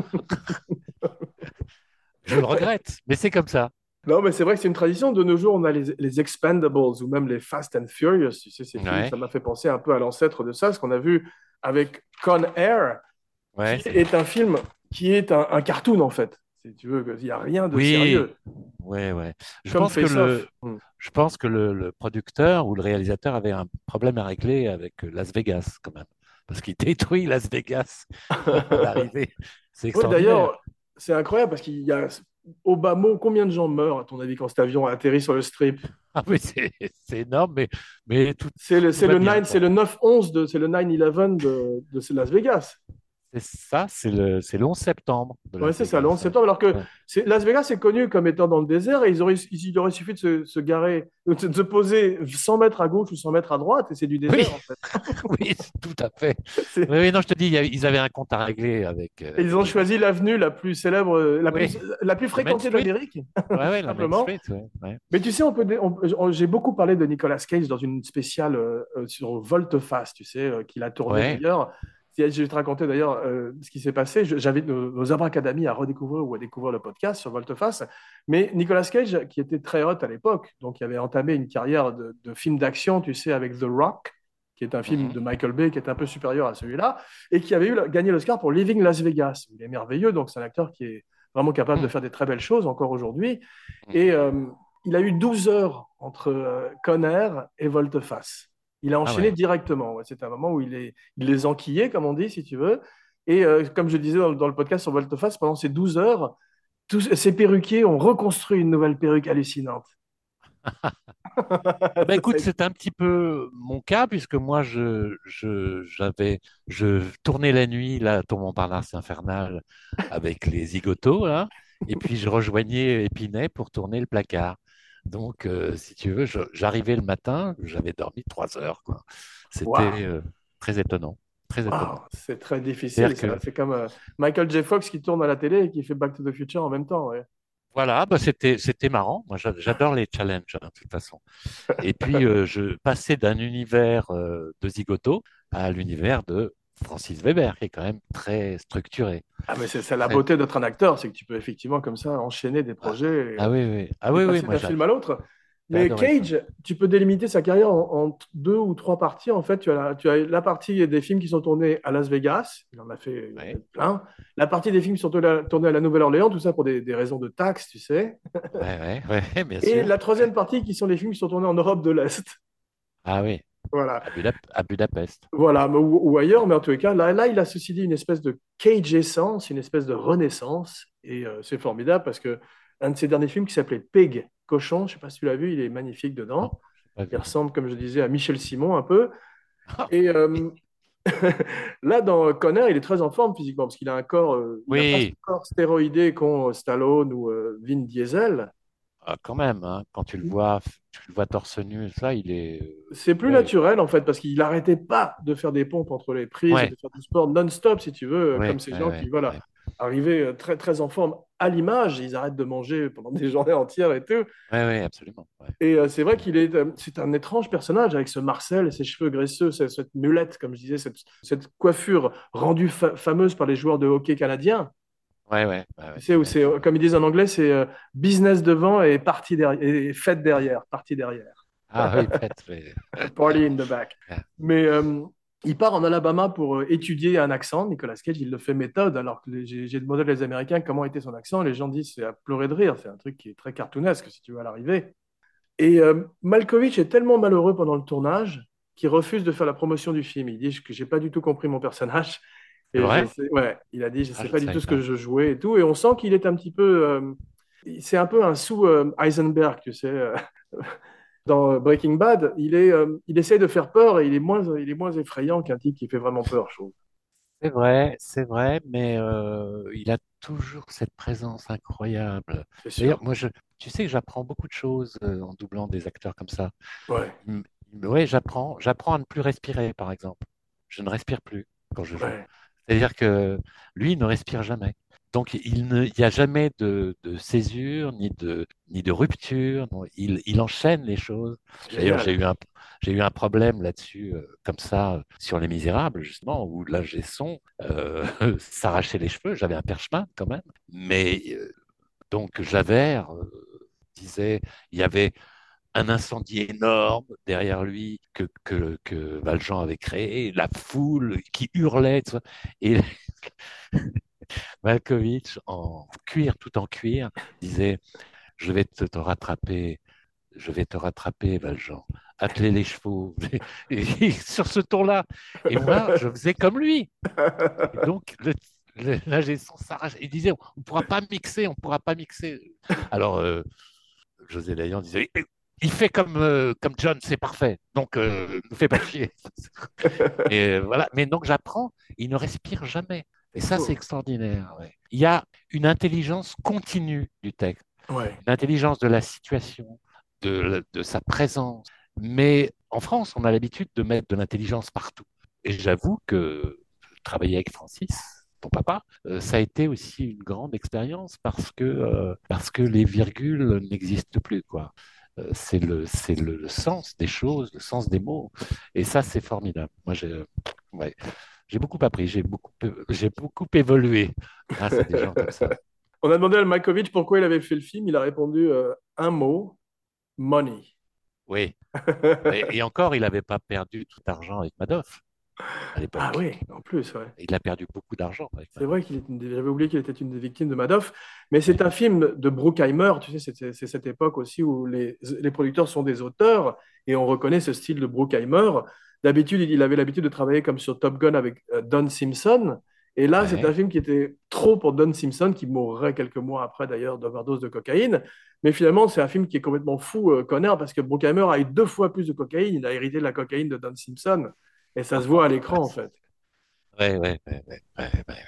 Je le regrette, mais c'est comme ça. Non, mais c'est vrai que c'est une tradition. De nos jours, on a les, les Expendables ou même les Fast and Furious. Tu sais, ces films, Ouais, ça m'a fait penser un peu à l'ancêtre de ça, ce qu'on a vu avec Con Air, qui ouais, c'est est un film qui est un, un cartoon, en fait. Si tu veux, il n'y a rien de oui, sérieux. ouais, ouais. Je Comme pense que Face le, Off. Hmm. je pense que le, le producteur ou le réalisateur avait un problème à régler avec Las Vegas, quand même, parce qu'il détruit Las Vegas à l'arrivée. C'est Oui, extraordinaire. d'ailleurs, c'est incroyable parce qu'il y a au bas mot, combien de gens meurent, à ton avis, quand cet avion a atterri sur le strip? Ah oui, c'est c'est énorme, mais, mais tout, C'est le, tout c'est va le bien, neuf, c'est quoi. le neuf onze de, c'est le neuf onze de, de Las Vegas. C'est ça, c'est le, c'est le onze septembre de Ouais, Las c'est ça, le Vegas. onze Ouais. septembre. Alors que Ouais. c'est- Las Vegas est connu comme étant dans le désert et ils auraient, il aurait suffi de se, se garer, de se de se poser cent mètres à gauche ou cent mètres à droite et c'est du Oui, désert en fait. oui, tout à fait. C'est- Oui, oui, non, je te dis, il y a- ils avaient un compte à régler avec, euh, et ils avec ont les choisi Américains. l'avenue la plus célèbre, euh, la Oui, plus, la plus la Main fréquentée Street. d'Amérique, Ouais, ouais, la Main simplement. Street. Ouais, ouais. Mais tu sais, on peut, dé- on- on- j'ai beaucoup parlé de Nicolas Cage dans une spéciale euh, euh, sur Volte-Face, tu sais, euh, qu'il a tourné Ouais. d'ailleurs. Si- Je vais te raconter d'ailleurs euh, ce qui s'est passé. Je- J'invite nos, nos abracadamis à redécouvrir ou à découvrir le podcast sur Volte-Face. Mais Nicolas Cage, qui était très hot à l'époque, donc il avait entamé une carrière de, de film d'action, tu sais, avec The Rock, qui est un film Mhm. de Michael Bay qui est un peu supérieur à celui-là, et qui avait eu, la- gagné l'Oscar pour Living Las Vegas. Il est merveilleux, donc c'est un acteur qui est vraiment capable de Mhm. faire des très belles choses encore aujourd'hui. Et Mhm. euh, il a eu douze heures entre euh, Conner et Volte-Face. Il a Ah enchaîné ouais. directement. Ouais, c'est un moment où il, est, il les enquillait, comme on dit, si tu veux. Et euh, comme je disais dans, dans le podcast sur Volte-Face, pendant ces douze heures, tous ces perruquiers ont reconstruit une nouvelle perruque hallucinante. Ah ben écoute, c'est un petit peu mon cas puisque moi je je j'avais je tournais la nuit là, Tour Montparnasse infernal avec les zigotos là, et puis je rejoignais Épinay pour tourner le placard. Donc euh, si tu veux, je- j'arrivais le matin, j'avais dormi trois heures quoi. Waouh, C'était euh, très étonnant, très waouh, étonnant. c'est très difficile. C'est-à-dire Ça. que C'est comme euh, Michael J. Fox qui tourne à la télé et qui fait Back to the Future en même temps. Ouais. voilà, bah c'était c'était marrant. Moi j'a- j'adore les challenges hein, de toute façon. Et puis, euh, je passais d'un univers euh, de zigoto à l'univers de Francis Weber, qui est quand même très structuré. Ah, mais c'est c'est la Très- beauté d'être un acteur, c'est que tu peux effectivement comme ça enchaîner des Ah, projets ah oui, oui. Ah et oui, oui, passer moi d'un j'a- film à l'autre. j'ai Mais adoré ça. Cage, tu peux délimiter sa carrière en, en deux ou trois parties. En fait, tu as, la, tu as la partie des films qui sont tournés à Las Vegas. Il en a fait, il en a Ouais, fait plein. La partie des films qui sont tournés à, tournés à la Nouvelle-Orléans, tout ça pour des, des raisons de taxes, tu sais. ouais, ouais, ouais, bien Et sûr. la troisième partie qui sont les films qui sont tournés en Europe de l'Est. Ah oui, Voilà. à Buda- à Budapest. Voilà, mais- ou, ou ailleurs, mais en tous les cas, là, là, il a ceci dit une espèce de Cage essence, une espèce de renaissance. Et euh, c'est formidable parce que un de ses derniers films qui s'appelait Pig, Cochon, je ne sais pas si tu l'as vu, il est magnifique Non, dedans. je pas Il vu, non. ressemble, comme je disais, à Michel Simon un peu. Ah, Et euh, là, dans Conner, il est très en forme physiquement parce qu'il a un corps, euh, il n'a pas ce oui, corps stéroïdé qu'ont euh, Stallone ou euh, Vin Diesel. ah, quand même, hein, quand tu le vois, tu le vois torse nu, ça, il est. euh, C'est plus Ouais, naturel en fait parce qu'il n'arrêtait pas de faire des pompes entre les prises et ouais, de faire du sport non-stop, si tu veux, euh, ouais, comme ces ouais, gens ouais, qui voilà, ouais. arrivaient euh, très, très en forme à l'image, ils arrêtent de manger pendant des journées entières et tout. Ouais, ouais, absolument. Ouais. Et euh, c'est vrai qu'il est, euh, c'est un étrange personnage avec ce Marcel et ses cheveux graisseux, cette, cette mulette, comme je disais, cette, cette coiffure rendue fa- fameuse par les joueurs de hockey canadiens. Ouais, ouais, ouais, Tu ouais, sais, où ouais, c'est, je- comme ils disent en anglais, c'est euh, business devant et partie derrière, et fête derrière, partie derrière. Ah oui, peut-être. mais- Party in the back. Ouais. Mais euh, il part en Alabama pour euh, étudier un accent. Nicolas Cage, il le fait méthode, alors que les- j'ai j'ai demandé à les Américains comment était son accent. Les gens disent c'est à pleurer de rire. C'est un truc qui est très cartoonesque, si tu veux, à l'arrivée. Et euh, Malkovich est tellement malheureux pendant le tournage qu'il refuse de faire la promotion du film. Il dit que j'ai pas du tout compris mon personnage. C'est Et je vrai? sais, ouais, il a dit je Ah, sais je ne pas du tout savais ce que pas. je jouais et tout. Et on sent qu'il est un petit peu, euh, c'est un peu un sous euh, Heisenberg, tu sais. euh, Dans euh, Breaking Bad, il est, euh, il essaie de faire peur et il est moins, il est moins effrayant qu'un type qui fait vraiment peur, je trouve. C'est vrai, c'est vrai, mais euh, il a toujours cette présence incroyable. C'est D'ailleurs, sûr. moi, je, tu sais que j'apprends beaucoup de choses euh, en doublant des acteurs comme ça. Ouais, Il me- il me- ouais, j'apprends, j'apprends à ne plus respirer, par exemple. Je ne respire plus quand je joue. ouais, C'est-à-dire que lui, il ne respire jamais. Donc, il ne, il n'y a jamais de, de césure, ni de, ni de rupture. Non, il, il enchaîne les choses. D'ailleurs, j'ai génial. eu un, j'ai eu un problème là-dessus, euh, comme ça, euh, sur Les Misérables, justement, où l'ingé son euh, s'arrachait les cheveux. J'avais un perchemin quand même. Mais euh, donc, Javert euh, disait, il y avait un incendie énorme derrière lui que, que, que Valjean avait créé, la foule qui hurlait, tout ça. Et Malkovich, en cuir, tout en cuir, disait, je vais te, te rattraper, je vais te rattraper, Valjean. Atteler les chevaux. Et sur ce ton-là. Et moi, je faisais comme lui. Et donc, le, le, l'ingé son s'arrache. Il disait, on ne pourra pas mixer, on ne pourra pas mixer. Alors, euh, José Dayan disait, il fait comme, euh, comme John, c'est parfait. Donc, euh, ne fais pas chier. Et euh, voilà. Mais donc, j'apprends, il ne respire jamais. Et C'est ça, c'est fou. extraordinaire. Ouais. Il y a une intelligence continue du texte, Ouais, une intelligence de la situation, de, de sa présence. Mais en France, on a l'habitude de mettre de l'intelligence partout. Et j'avoue que travailler avec Francis, ton papa, euh, ça a été aussi une grande expérience parce que, euh, parce que les virgules n'existent plus, quoi. Euh, c'est le, c'est le, le sens des choses, le sens des mots. Et ça, c'est formidable. Moi, j'ai, euh, ouais, j'ai beaucoup appris, j'ai beaucoup, j'ai beaucoup évolué grâce à des gens comme ça. on a demandé à Malkovich pourquoi il avait fait le film. Il a répondu euh, un mot, money. Oui. Et, et encore, il n'avait pas perdu tout l'argent avec Madoff à Ah l'époque. oui, en plus, ouais. Il a perdu beaucoup d'argent avec C'est Madoff. vrai qu'il est une des- j'avais oublié qu'il était une des victimes de Madoff, mais Oui. c'est un film de Bruckheimer, tu sais, c'est c'est cette époque aussi où les, les producteurs sont des auteurs et on reconnaît ce style de Bruckheimer. D'habitude, il avait l'habitude de travailler comme sur Top Gun avec euh, Don Simpson, et là, c'est un Ouais. film qui était trop pour Don Simpson, qui mourrait quelques mois après d'ailleurs d'overdose de cocaïne. Mais finalement, c'est un film qui est complètement fou, euh, connard, parce que Bruckheimer a eu deux fois plus de cocaïne, il a hérité de la cocaïne de Don Simpson, et ça se voit à l'écran en fait. Ouais, ouais, ouais, ouais, ouais, ouais, ouais.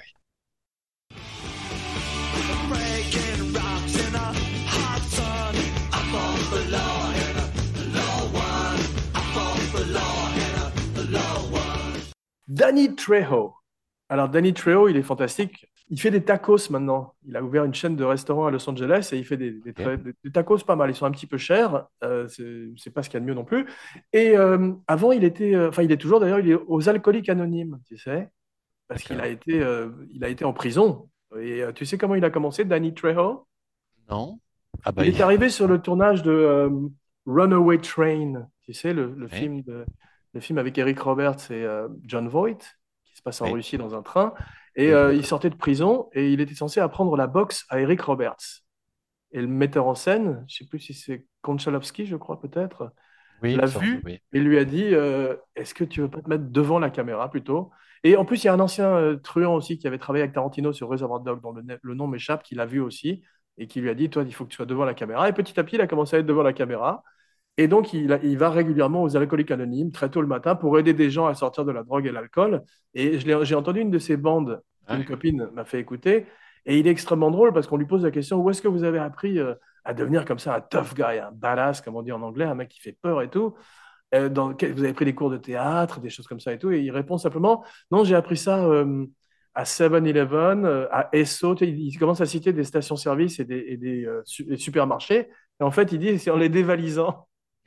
Breaking rocks in a hot sun. Up on the law in a low one. Up on the law in a low one. Danny Trejo. Alors, Danny Trejo, il est fantastique. Il fait des tacos maintenant. Il a ouvert une chaîne de restaurants à Los Angeles et il fait des, des, Ok. tra- des- des tacos pas mal. Ils sont un petit peu chers. Euh, c'est c'est pas ce qu'il y a de mieux non plus. Et euh, avant, il était, euh, enfin, il est toujours d'ailleurs, il est aux Alcooliques Anonymes, tu sais, parce qu'il a D'accord. été, euh, il a été en prison. Et euh, tu sais comment il a commencé, Danny Trejo? Non? Ah bah, Il est il- arrivé sur le tournage de euh, Runaway Train, tu sais, le, le ouais, film de, le film avec Eric Roberts et euh, John Voight, qui se passe en ouais, Russie dans un train. Et oui, euh, il sortait de prison et il était censé apprendre la boxe à Eric Roberts. Et le metteur en scène, je ne sais plus si c'est Konchalovsky, je crois peut-être, oui, il me l'a semble, vu oui. et lui a dit euh, est-ce que tu veux pas te mettre devant la caméra plutôt? Et en plus, il y a un ancien euh, truand aussi qui avait travaillé avec Tarantino sur Reservoir Dogs, dont le, le nom m'échappe, qui l'a vu aussi et qui lui a dit toi, il faut que tu sois devant la caméra. Et petit à petit, il a commencé à être devant la caméra. Et donc, il, a- il va régulièrement aux alcooliques anonymes très tôt le matin pour aider des gens à sortir de la drogue et l'alcool. Et je l'ai- j'ai entendu une de ces bandes qu'une Ouais. copine m'a fait écouter. Et il est extrêmement drôle parce qu'on lui pose la question où est-ce que vous avez appris euh, à devenir comme ça un tough guy, un badass, comme on dit en anglais, un mec qui fait peur et tout. Euh, dans, vous avez pris des cours de théâtre, des choses comme ça et tout. Et il répond simplement non, j'ai appris ça euh, à seven-Eleven, euh, à Esso. Tu sais, Il, il commence à citer des stations-service et des, et des, euh, su- des supermarchés. Et en fait, il dit c'est en les dévalisant.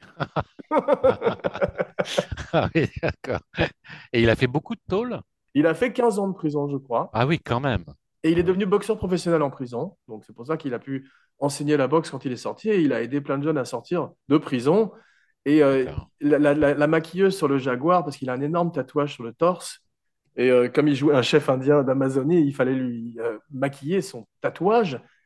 Ah oui, d'accord. Et il a fait beaucoup de tôle? Il a fait quinze ans de prison, je crois. Ah oui, quand même. Et il est Ah oui, devenu boxeur professionnel en prison. Donc, c'est pour ça qu'il a pu enseigner la boxe quand il est sorti. Et il a aidé plein de jeunes à sortir de prison. Et euh, d'accord. la, la- la- la maquilleuse sur le Jaguar, parce qu'il a un énorme tatouage sur le torse. Et euh, comme il jouait un chef indien d'Amazonie, il fallait lui euh, maquiller son tatouage.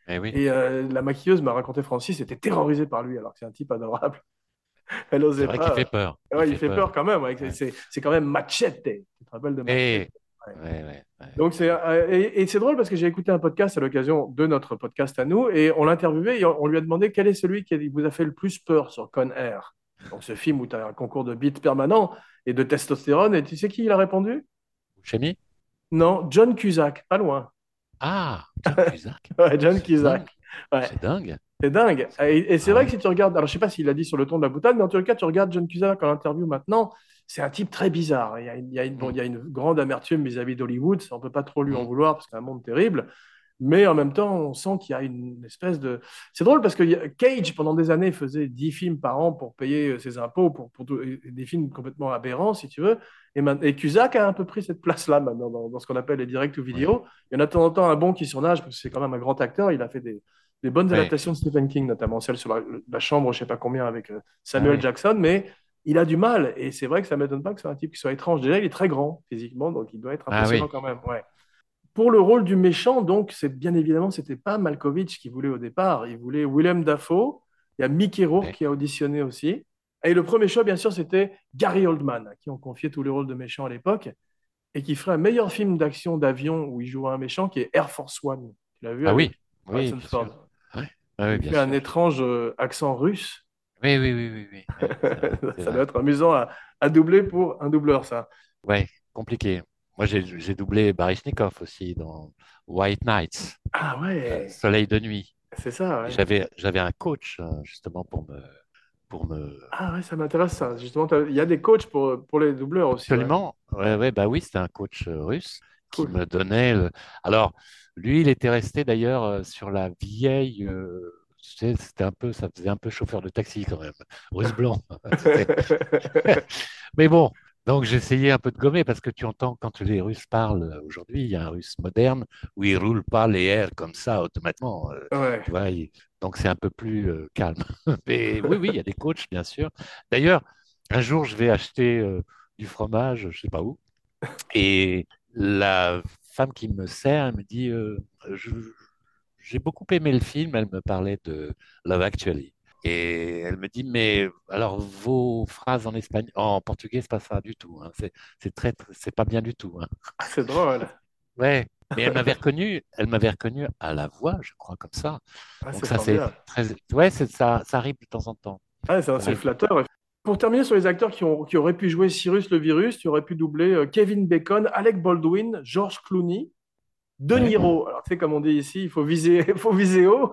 Eh oui. Et euh, la maquilleuse m'a raconté, Francis était terrorisée par lui, alors que c'est un type adorable. Elle C'est n'osait vrai qu'il pas. fait peur. Il Ouais, il fait fait peur peur. quand même. Ouais. Ouais. C'est, c'est quand même Machete. Tu te rappelles de Machete? Et, Ouais. ouais, ouais, ouais. Donc c'est euh, et, et c'est drôle parce que j'ai écouté un podcast à l'occasion de notre podcast à nous et on l'a interviewé et on, on lui a demandé quel est celui qui vous a fait le plus peur sur Con Air. Donc ce film où tu as un concours de beats permanent et de testostérone. Et tu sais qui il a répondu? Buscemi? Non, John Cusack, pas loin. Ah, John Cusack. Ouais, John C'est dingue. Cusack. Ouais. C'est dingue. C'est dingue. Et, et c'est Ah vrai ouais. que si tu regardes, alors je sais pas s'il l'a dit sur le ton de la boutade, mais en tout cas, tu regardes John Cusack en interview maintenant, c'est un type très bizarre. Il y a, une- il y a une, bon, Mm, il y a une grande amertume vis-à-vis d'Hollywood, on peut pas trop lui en mm. vouloir parce que c'est un monde terrible, mais en même temps, on sent qu'il y a une espèce de... C'est drôle parce que il y a- Cage, pendant des années, faisait dix films par an pour payer euh, ses impôts, pour, pour tout- et des films complètement aberrants, si tu veux. Et, man- et Cusack a un peu pris cette place-là maintenant dans, dans ce qu'on appelle les directs ou Ouais. vidéos. Il y en a de temps en temps un bon qui surnage parce que c'est quand même un grand acteur, il a fait des des bonnes Ouais. adaptations de Stephen King, notamment celle sur la, la chambre, je sais pas combien, avec euh, Ah Samuel oui. Jackson, mais il a du mal. Et c'est vrai que ça ne m'étonne pas que ce soit un type qui soit étrange. Déjà, il est très grand physiquement, donc il doit être Ah impressionnant oui. quand même. Ouais. Pour le rôle du méchant, donc, c'est bien évidemment, c'était pas Malkovich qui voulait au départ. Il voulait Willem Dafoe. Il y a Mickey Rourke Ouais. qui a auditionné aussi. Et le premier choix, bien sûr, c'était Gary Oldman, à qui on confiait tous les rôles de méchants à l'époque, et qui ferait un meilleur film d'action d'avion où il jouera un méchant, qui est Air Force One. Tu l'as vu Ah avec oui. Oui, Harrison bien sûr. Ford. Ouais. Ah oui, Il bien fait un sûr. étrange euh, accent russe. Oui, oui, oui, oui, oui. Ouais, c'est vrai. C'est Ça doit vrai. être amusant à, à doubler pour un doubleur, ça. Ouais, compliqué. Moi, j'ai j'ai doublé Baryshnikov aussi dans White Nights, Ah euh, ouais, Soleil de nuit. c'est ça, Et ouais. j'avais j'avais un coach euh, justement pour me pour me Ah ouais, ça m'intéresse, ça. Justement, t'as- il y a des coachs pour, pour les doubleurs aussi, ouais. absolument. Ouais, ouais, bah oui, c'était un coach euh, russe qui Cool. me donnait le... Alors, lui, il était resté d'ailleurs euh, sur la vieille. euh, tu sais, c'était un peu, ça faisait un peu chauffeur de taxi quand même, russe blanc. C'était- Mais bon, donc j'essayais un peu de gommer parce que tu entends quand les Russes parlent euh, aujourd'hui, il y a un Russe moderne où ils roulent pas les R comme ça automatiquement. euh, Ouais. tu vois, il- donc c'est un peu plus euh, calme. Mais oui, oui, il y a des coachs, bien sûr. D'ailleurs, un jour, je vais acheter euh, du fromage, je sais pas où, et la femme qui me sert, elle me dit, euh, Je- j'ai beaucoup aimé le film, elle me parlait de Love Actually. Et elle me dit, mais alors vos phrases en espagnol, en portugais, c'est pas ça du tout, hein. C'est, c'est très, très- c'est pas bien du tout, hein. Ah, c'est drôle. Ouais. Mais elle m'avait reconnu, elle m'avait reconnu à la voix, je crois, comme ça. Ah, Donc c'est ça, c'est formidable. très, ouais, c'est ça, ça arrive de temps en temps. Ah, c'est Ça c'est arrive. flatteur. Pour terminer sur les acteurs qui, ont, qui auraient pu jouer Cyrus le virus, tu aurais pu doubler euh, Kevin Bacon, Alec Baldwin, George Clooney, De Ouais, Niro. Alors, tu sais, comme on dit ici, il faut viser, il faut viser haut.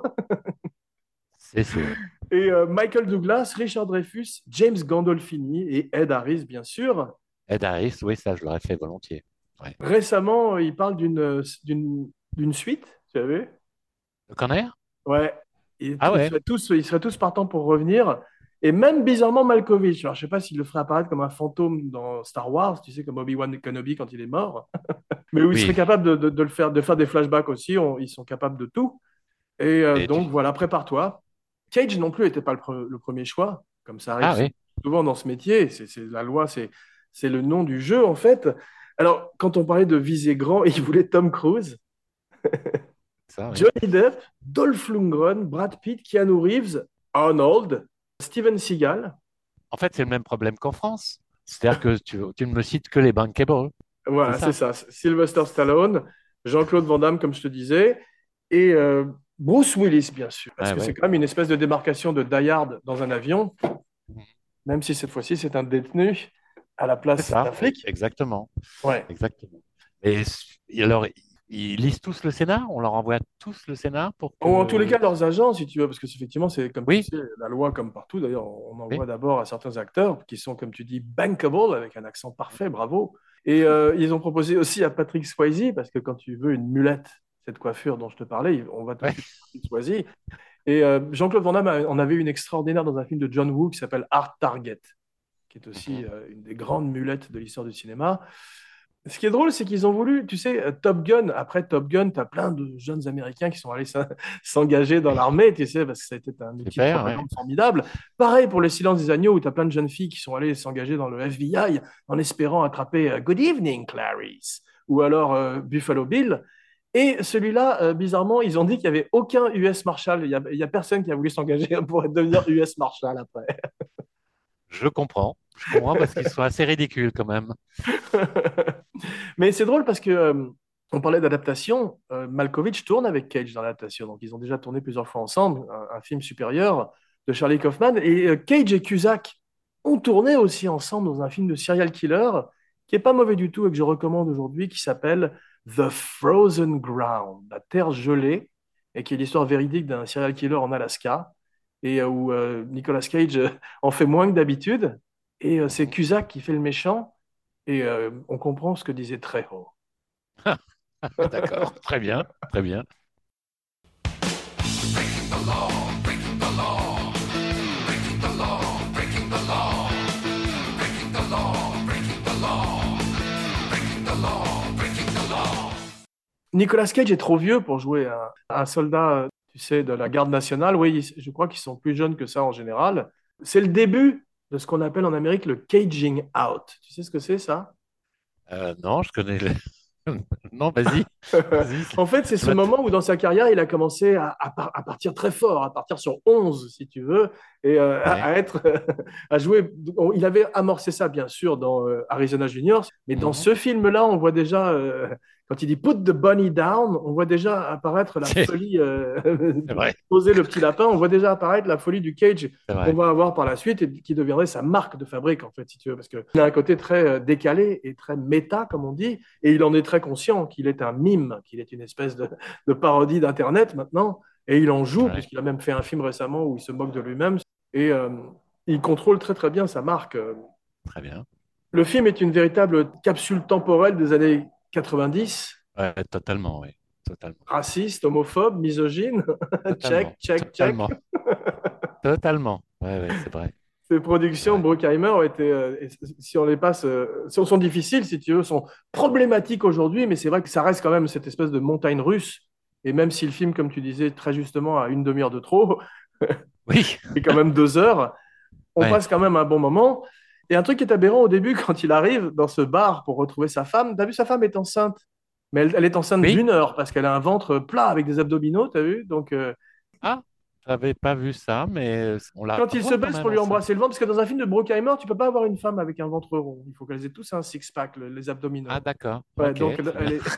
c'est sûr. Et euh, Michael Douglas, Richard Dreyfuss, James Gandolfini et Ed Harris, bien sûr. Ed Harris, oui, ça, je l'aurais fait volontiers. Ouais. Récemment, il parle d'une euh, d'une d'une suite, tu as vu? Le Corner? Ouais. Ils, Ah ils ouais, seraient tous, ils seraient tous partants pour revenir. Et même bizarrement Malkovich. Alors, je sais pas s'il le ferait apparaître comme un fantôme dans Star Wars, tu sais, comme Obi-Wan Kenobi quand il est mort. Mais où il serait oui. capable de, de- de le faire, de faire des flashbacks aussi. On- ils sont capables de tout. Et euh, Et tu... donc, voilà, prépare-toi. Cage non plus n'était pas le, pre- le premier choix, comme ça arrive Ah sou- oui, souvent dans ce métier. C'est c'est- la loi, c'est c'est le nom du jeu, en fait. Alors, quand on parlait de viser grand, il voulait Tom Cruise, ça, oui. Johnny Depp, Dolph Lundgren, Brad Pitt, Keanu Reeves, Arnold, Steven Seagal. En fait, c'est le même problème qu'en France. C'est-à-dire que tu, tu ne me cites que les bankable. C'est Voilà, c'est ça. ça. Sylvester Stallone, Jean-Claude Van Damme, comme je te disais, et euh, Bruce Willis, bien sûr, parce Ah que c'est ouais. quand même une espèce de démarcation de Die Hard dans un avion, même si cette fois-ci c'est un détenu à la C'est place ça, d'un flic. exactement. Ouais. Exactement. Et s- et alors, ils lisent tous le scénar? On leur envoie tous le scénar pour Ou en tous les que... cas, leurs agents, si tu veux, parce que c'est effectivement, c'est comme tu Oui, sais, la loi comme partout. D'ailleurs, on oui. envoie d'abord à certains acteurs qui sont, comme tu dis, bankable, avec un accent parfait, bravo. Et euh, ils ont proposé aussi à Patrick Swayze, parce que quand tu veux une mulette, cette coiffure dont je te parlais, on va tout de Ouais. suite à Patrick Swayze. Et euh, Jean-Claude Van Damme a- en avait une extraordinaire dans un film de John Woo qui s'appelle Hard Target, qui est aussi Mhm. euh, une des grandes mulettes de l'histoire du cinéma. Ce qui est drôle, c'est qu'ils ont voulu, tu sais, euh, Top Gun, après Top Gun, tu as plein de jeunes Américains qui sont allés s'en- s'engager dans l'armée, tu sais, parce que ça a été un outil de Super, ouais. propagande formidable. Pareil pour Les Silences des Agneaux, où tu as plein de jeunes filles qui sont allées s'engager dans le F B I en espérant attraper euh, Good Evening, Clarice, ou alors euh, Buffalo Bill. Et celui-là, euh, bizarrement, ils ont dit qu'il n'y avait aucun U S Marshal. Il n'y a, il y a personne qui a voulu s'engager pour devenir U S Marshal après. Je comprends. Je comprends parce qu'ils sont assez ridicules quand même. Mais c'est drôle parce que euh, on parlait d'adaptation. Euh, Malkovich tourne avec Cage dans l'adaptation. Donc, ils ont déjà tourné plusieurs fois ensemble, un, un film supérieur de Charlie Kaufman. Et euh, Cage et Cusack ont tourné aussi ensemble dans un film de serial killer qui est pas mauvais du tout et que je recommande aujourd'hui, qui s'appelle The Frozen Ground, la terre gelée, et qui est l'histoire véridique d'un serial killer en Alaska, et euh, où euh, Nicolas Cage euh, en fait moins que d'habitude. Et euh, c'est Cusack qui fait le méchant. Et euh, on comprend ce que disait Trejo. D'accord, très bien, très bien. Nicolas Cage est trop vieux pour jouer un, un soldat, euh, tu sais, de la garde nationale. Oui, ils- je crois qu'ils sont plus jeunes que ça en général. C'est le début de ce qu'on appelle en Amérique le caging out. Tu sais ce que c'est, ça? Euh, non, je connais le... Non, vas-y, vas-y. En fait, c'est Ça ce m'a- moment où dans sa carrière, il a commencé à, à par- à partir très fort, à partir sur onze, si tu veux, et euh, à, Ouais. à être, à jouer. Il avait amorcé ça, bien sûr, dans euh, Arizona Junior, mais dans Mhm. ce film-là, on voit déjà, euh, quand il dit Put the bunny down, on voit déjà apparaître la C'est folie, euh, c'est vrai, poser le petit lapin, on voit déjà apparaître la folie du Cage c'est qu'on vrai. va avoir par la suite et qui deviendrait sa marque de fabrique, en fait, si tu veux, parce qu'il a un côté très euh, décalé et très méta, comme on dit, et il en est très conscient qu'il est un mime, qu'il est une espèce de, de parodie d'Internet maintenant, et il en joue, Ouais, puisqu'il a même fait un film récemment où il se moque de lui-même, et euh, il contrôle très très bien sa marque. très bien. Le film est une véritable capsule temporelle des années quatre-vingt-dix, Ouais, totalement, oui. Totalement. raciste, homophobe, misogyne, check, Totalement. check, check. Totalement. Totalement. Ouais, ouais, c'est vrai. Ces C'est productions vrai. Bruckheimer ont été, euh, si on les passe, euh, sont, sont difficiles, si tu veux, sont problématiques aujourd'hui, mais c'est vrai que ça reste quand même cette espèce de montagne russe. Et même si le film, comme tu disais très justement, a une demi-heure de trop, Oui. et quand même deux heures, on Ouais. passe quand même un bon moment. Et un truc qui est aberrant au début, quand il arrive dans ce bar pour retrouver sa femme, t'as vu, sa femme est enceinte. Mais elle, elle est enceinte Oui. d'une heure parce qu'elle a un ventre plat avec des abdominaux, t'as vu? Donc, euh, Ah, j'avais pas vu ça, mais on la quand il se voit quand baisse même pour lui enceinte. embrasser le ventre, parce que dans un film de Bruckheimer, tu peux pas avoir une femme avec un ventre rond. Il faut qu'elles aient tous un six-pack, le- les Ah, abdominaux. d'accord. Ouais, Ok, donc elle, très elle bien. est...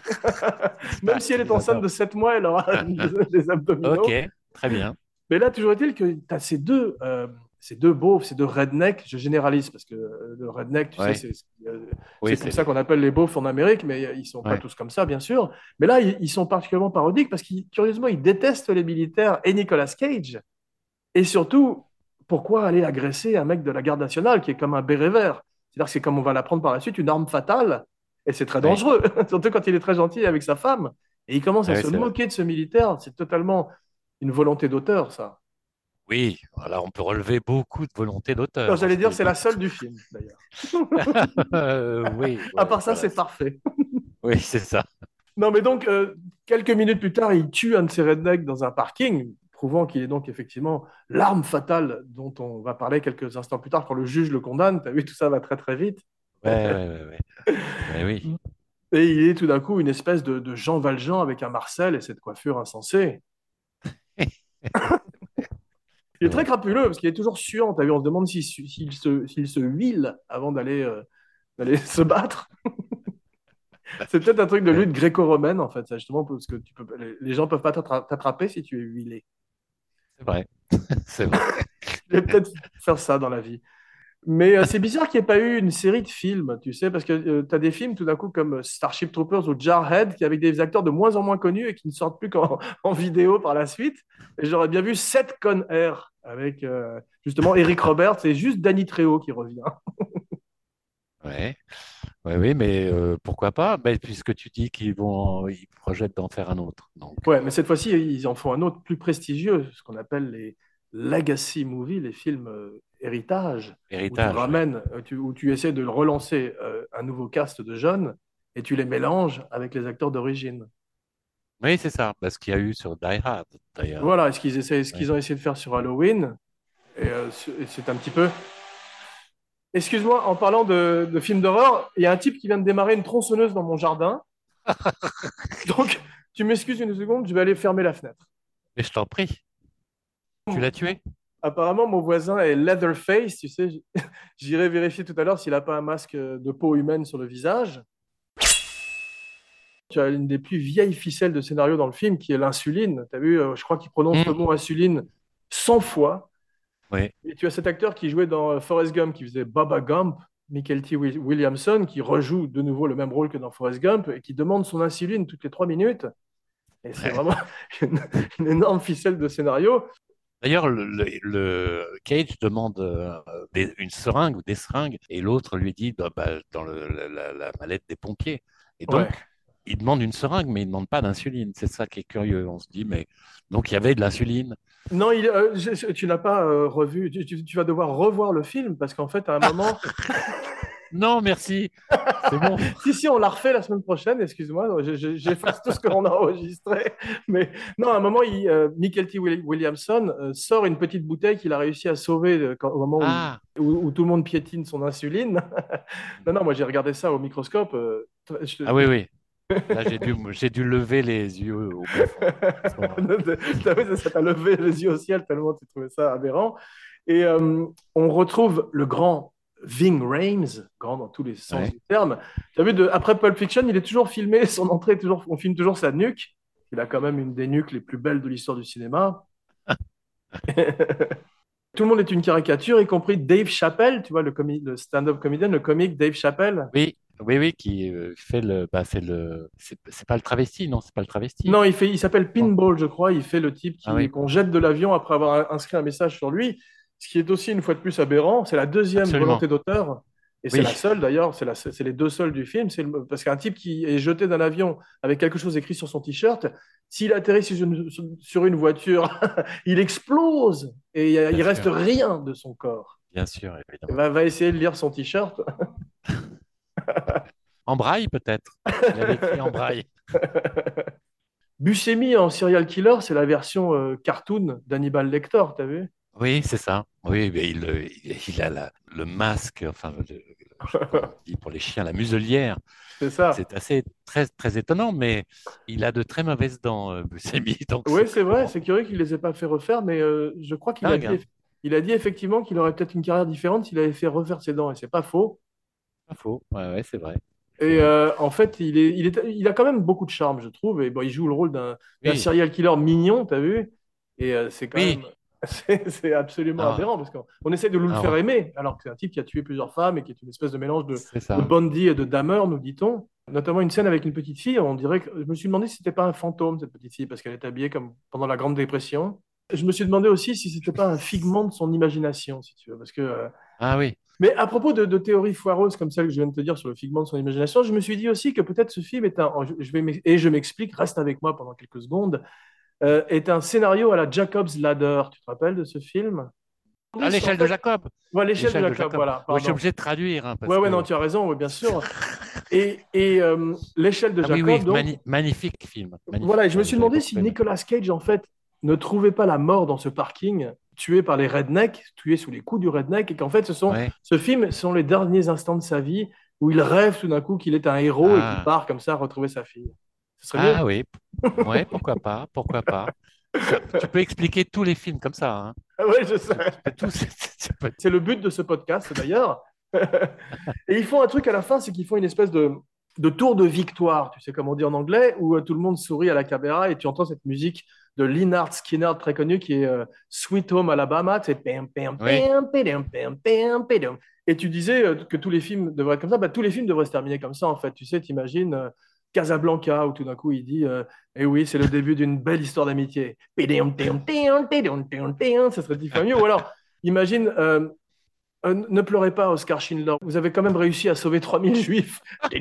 Même si Six-pack, elle est enceinte j'adore. de sept mois, elle aura des Ok, abdominaux. très bien. Mais là, toujours est-il que tu as ces deux, euh, ces deux beaufs, ces deux rednecks. Je généralise parce que euh, le redneck, tu sais, Ouais. c'est euh, Oui, c'est comme c'est ça les. qu'on appelle les beaufs en Amérique, mais ils sont pas Ouais. tous comme ça, bien sûr. Mais là, ils, ils sont particulièrement parodiques parce qu'ils, curieusement, ils détestent les militaires et Nicolas Cage. Et surtout, pourquoi aller agresser un mec de la garde nationale qui est comme un béret vert? C'est-à-dire que c'est comme on va l'apprendre par la suite, une arme fatale. Et c'est très Oui. dangereux, surtout quand il est très gentil avec sa femme. Et il commence à Ouais, se c'est vrai. moquer de ce militaire. C'est totalement une volonté d'auteur, ça. Oui, voilà, on peut relever beaucoup de volonté Non, d'auteur en j'allais dire, film. c'est la seule du film, d'ailleurs. Euh, oui, À ouais, part ça, voilà. c'est parfait. Oui, c'est ça. Non, mais donc, euh, quelques minutes plus tard, il tue un de ses rednecks dans un parking, prouvant qu'il est donc effectivement l'arme fatale dont on va parler quelques instants plus tard quand le juge le condamne. Tu as vu, tout ça va très très vite. Ouais, ouais, ouais, ouais. Ouais, oui. Et il est tout d'un coup une espèce de, de Jean Valjean avec un Marcel et cette coiffure insensée. Il C'est est très vrai. crapuleux parce qu'il est toujours suant. T'as vu, on se demande s'il s'il se, s'il se huile avant d'aller euh, d'aller se battre. C'est peut-être un truc de Ouais, lutte gréco-romaine, en fait, ça, justement, parce que tu peux, les, les gens peuvent pas t'attra- t'attraper si tu es huilé. c'est vrai. C'est vrai. Je vais peut-être faire ça dans la vie. Mais euh, c'est bizarre qu'il n'y ait pas eu une série de films, tu sais, parce que tu as des films tout d'un coup comme Starship Troopers ou Jarhead, qui avec des acteurs de moins en moins connus et qui ne sortent plus qu'en en vidéo par la suite. Et j'aurais bien vu Seth Con Air avec euh, justement Eric Roberts et juste Danny Trejo qui revient. Ouais. Ouais, oui, mais euh, pourquoi pas? Ben, puisque tu dis qu'ils vont, ils projettent d'en faire un autre. Donc, Ouais, mais euh, cette fois-ci, ils en font un autre plus prestigieux, ce qu'on appelle les legacy movies, les films euh, héritage, où tu héritage, ouais. ramènes, euh, tu- où tu essaies de le relancer euh, un nouveau cast de jeunes et tu les mélanges avec les acteurs d'origine. Oui, c'est ça. Ben, ce qu'il y a eu sur Die Hard, d'ailleurs. Voilà, ce qu'ils essaient, ce Ouais. qu'ils ont essayé de faire sur Halloween, et euh, c'est c'est un petit peu. Excuse-moi, en parlant de, de films d'horreur, il y a un type qui vient de démarrer une tronçonneuse dans mon jardin. Donc, Tu m'excuses une seconde, je vais aller fermer la fenêtre. Mais je t'en prie. Tu l'as tué? Apparemment, mon voisin est Leatherface, tu sais. j- J'irai vérifier tout à l'heure s'il n'a pas un masque de peau humaine sur le visage. Tu as une des plus vieilles ficelles de scénario dans le film qui est l'insuline. Tu as vu, euh, je crois qu'il prononce Mmh. le mot insuline cent fois. Oui. Et tu as cet acteur qui jouait dans euh, Forrest Gump, qui faisait Baba Gump, Michael T. Wi- Williamson, qui rejoue de nouveau le même rôle que dans Forrest Gump et qui demande son insuline toutes les trois minutes. Et c'est Ouais. vraiment une, une énorme ficelle de scénario. D'ailleurs, le, le- le- Cage demande euh, des- une seringue ou des seringues, et l'autre lui dit bah, bah, dans le- la, la- la mallette des pompiers. Et donc, Ouais. il demande une seringue, mais il ne demande pas d'insuline. C'est ça qui est curieux. On se dit, mais donc il y avait de l'insuline. Non, il, euh, je- je- tu n'as pas euh, revu, tu, tu- tu vas devoir revoir le film parce qu'en fait, à un moment, Non, merci. C'est bon. si, si, on l'a refait la semaine prochaine, excuse-moi, je- je- j'efface tout ce qu'on a enregistré. Mais non, à un moment, il, euh, Michael T. Will- Williamson euh, sort une petite bouteille qu'il a réussi à sauver euh, quand- au moment où, Ah, où- où tout le monde piétine son insuline. Non, non, moi j'ai regardé ça au microscope. euh, je- ah oui, oui. Là, j'ai dû, j'ai dû lever les yeux au plafond à ce moment-là. T'as vu, ça t'a levé les yeux au ciel tellement tu trouvais ça aberrant. Et euh, on retrouve le grand Ving Rhames, grand dans tous les sens Ouais. du terme. Tu as vu, de, après Pulp Fiction, il est toujours filmé, son entrée, est toujours, on filme toujours sa nuque. Il a quand même une des nuques les plus belles de l'histoire du cinéma. Tout le monde est une caricature, y compris Dave Chappelle, tu vois, le, comi- le stand-up comédien, le comique Dave Chappelle. Oui, oui, oui, qui euh, fait le, bah, c'est le, c'est c'est pas le travesti, non, c'est pas le travesti. Non, il fait, il s'appelle Pinball, je crois. Il fait le type qui, Ah oui. qu'on jette de l'avion après avoir inscrit un message sur lui. Ce qui est aussi, une fois de plus, aberrant. C'est la deuxième Absolument. volonté d'auteur. Et c'est Oui. la seule, d'ailleurs. C'est la- c'est les deux seuls du film. C'est le- parce qu'un type qui est jeté d'un avion avec quelque chose écrit sur son t-shirt, s'il atterrit sur une, sur une voiture, il explose. Et il, il Bien reste sûr. rien de son corps. Bien sûr, évidemment. Va, va essayer de lire son t-shirt. En braille, peut-être. Il avait écrit en braille. Buscemi en serial killer, c'est la version euh, cartoon d'Hannibal Lecter, t'as vu? Oui, c'est ça. Oui, mais il, euh, il, il a la- le masque, enfin, le- le- je sais pas comment on dit pour les chiens, la muselière. C'est ça. C'est assez très, très étonnant, mais il a de très mauvaises dents, euh, Buscemi. Donc Oui, c'est c'est vrai, vraiment c'est curieux qu'il ne les ait pas fait refaire, mais euh, je crois qu'il a dingue, dit, hein. il a dit effectivement qu'il aurait peut-être une carrière différente s'il avait fait refaire ses dents, et c'est pas faux. Pas faux. Ouais, ouais, c'est vrai. C'est Et vrai. euh, en fait, il est, il est, il a quand même beaucoup de charme, je trouve. Et bon, il joue le rôle d'un d'un Oui, serial killer mignon, t'as vu? Et euh, c'est quand oui. même, c'est c'est absolument Ah, aberrant parce qu'on on essaie de nous le ah, faire ouais, aimer, alors que c'est un type qui a tué plusieurs femmes et qui est une espèce de mélange de, c'est de ça. Bundy et de Dahmer, nous dit-on. Notamment une scène avec une petite fille. On dirait que je me suis demandé si c'était pas un fantôme cette petite fille parce qu'elle est habillée comme pendant la Grande Dépression. Je me suis demandé aussi si c'était pas un figment de son imagination, si tu veux, parce que euh, Ah oui. mais à propos de, de théories foireuses comme celle que je viens de te dire sur le figment de son imagination, je me suis dit aussi que peut-être ce film est un, je je vais m'ex- et je m'explique, reste avec moi pendant quelques secondes, euh, est un scénario à la Jacob's Ladder. Tu te rappelles de ce film? À l'échelle de Jacob. Ouais, l'échelle de L'échelle de Jacob, Jacob. voilà, Oui, je suis pardon. obligé de traduire, hein, parce Ouais, ouais, non, que. tu as raison, oui, bien sûr. Et, et euh, l'échelle de Ah oui, Jacob, oui, donc, mani- magnifique film. Magnifique. voilà, et je me Ouais, suis j'avais demandé beaucoup si aimé. Nicolas Cage, en fait, ne trouvait pas la mort dans ce parking, tué par les rednecks, tué sous les coups du redneck, et qu'en fait, ce sont, Ouais. ce film, ce sont les derniers instants de sa vie où il rêve tout d'un coup qu'il est un héros et qu'il Ah, part comme ça retrouver sa fille. Ce serait mieux? ah oui. Ouais, pourquoi pas, pourquoi pas. Ça- tu peux expliquer tous les films comme ça, hein. Ah ouais, je sais. C'est tout, c'est- c'est- c'est pas- C'est le but de ce podcast, d'ailleurs. Et ils font un truc à la fin, c'est qu'ils font une espèce de, de tour de victoire, tu sais comme on dit en anglais, où euh, tout le monde sourit à la caméra et tu entends cette musique de Lynyrd Skynyrd très connue qui est euh, Sweet Home Alabama, c'est pam, pam, Oui. pam, pam, pam, pam, pam. Et tu disais euh, que tous les films devraient être comme ça, bah, tous les films devraient se terminer comme ça en fait. Tu sais, t'imagines euh, Casablanca où tout d'un coup il dit euh, eh oui, c'est le début d'une belle histoire d'amitié. Pam, pam, pam, pam, pam, pam. Ça serait dix fois mieux. Ou alors, imagine euh, euh, ne pleurez pas, Oscar Schindler. Vous avez quand même réussi à sauver trois mille juifs.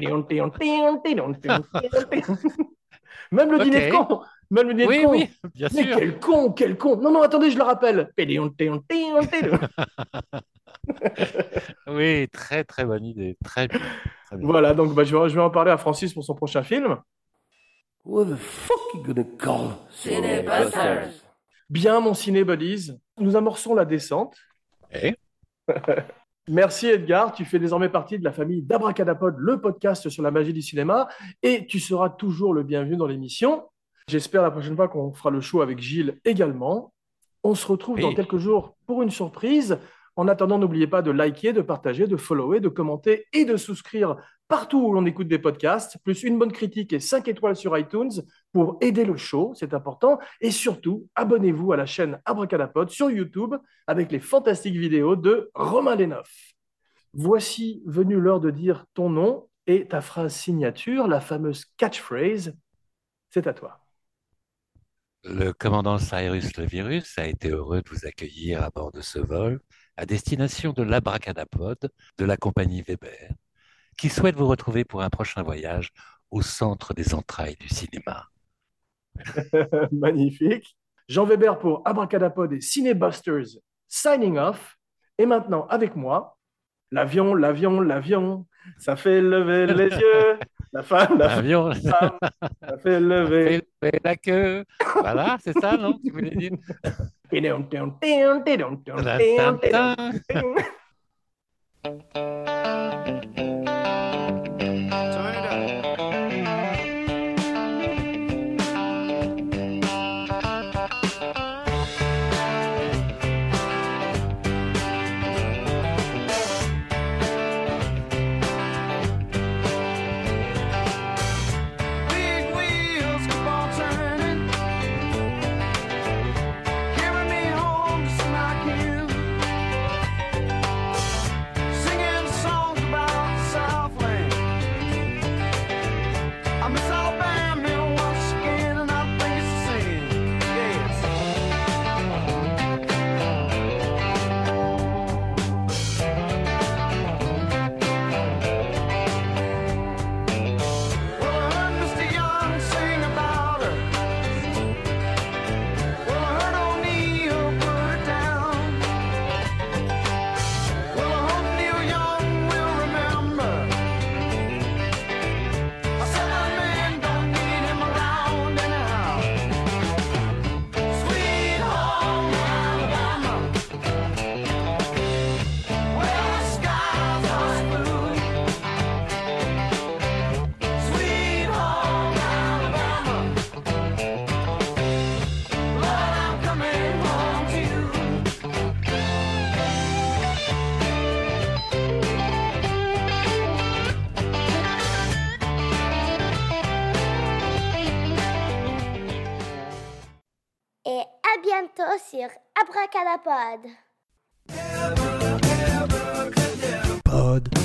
Même le dîner de Ok. con. Même le dîner Oui, de con. oui, bien Mais sûr. quel con, quel con. Non, non, attendez, je le rappelle. Oui, très très bonne idée. Très bien. Très bien. Voilà, donc bah, je, vais, je vais en parler à Francis pour son prochain film. Where the fuck you gonna go? Cinébusters. Bien, mon ciné buddies, nous amorçons la descente. Eh, Merci Edgar, tu fais désormais partie de la famille d'Abracadapod, le podcast sur la magie du cinéma, et tu seras toujours le bienvenu dans l'émission. J'espère la prochaine fois qu'on fera le show avec Gilles également. On se retrouve Oui. dans quelques jours pour une surprise. En attendant, n'oubliez pas de liker, de partager, de follower, de commenter et de souscrire partout où l'on écoute des podcasts, plus une bonne critique et cinq étoiles sur iTunes pour aider le show, c'est important. Et surtout, abonnez-vous à la chaîne Abracadapod sur YouTube avec les fantastiques vidéos de Romain Lénoff. Voici venue l'heure de dire ton nom et ta phrase signature, la fameuse catchphrase. C'est à toi. Le commandant Cyrus le Virus a été heureux de vous accueillir à bord de ce vol à destination de l'Abracadapod de la compagnie Weber, qui souhaite vous retrouver pour un prochain voyage au centre des entrailles du cinéma. Magnifique. Jean Weber pour Abracadapod et Cinébusters, signing off. Et maintenant, avec moi, l'avion, l'avion, l'avion, ça fait lever les yeux. La femme, la L'avion, femme, ça fait lever. fait lever la queue. Voilà, c'est ça, non? Tu voulais dire? Big wheels keep on turning, carry me home to smack you, singing songs about the Southland. I miss Alabama once again, and I think it's the same. Yes. Well, I heard Mister Young sing about her. Well, I heard O'Neill put her down. Well, I hope Neil Young will remember. I said that man don't need him around anyhow. Sweet home Alabama, where the skies are blue. Sweet home Alabama, Lord, I'm coming home to you. Et à bientôt sur Abracadapod. Pod.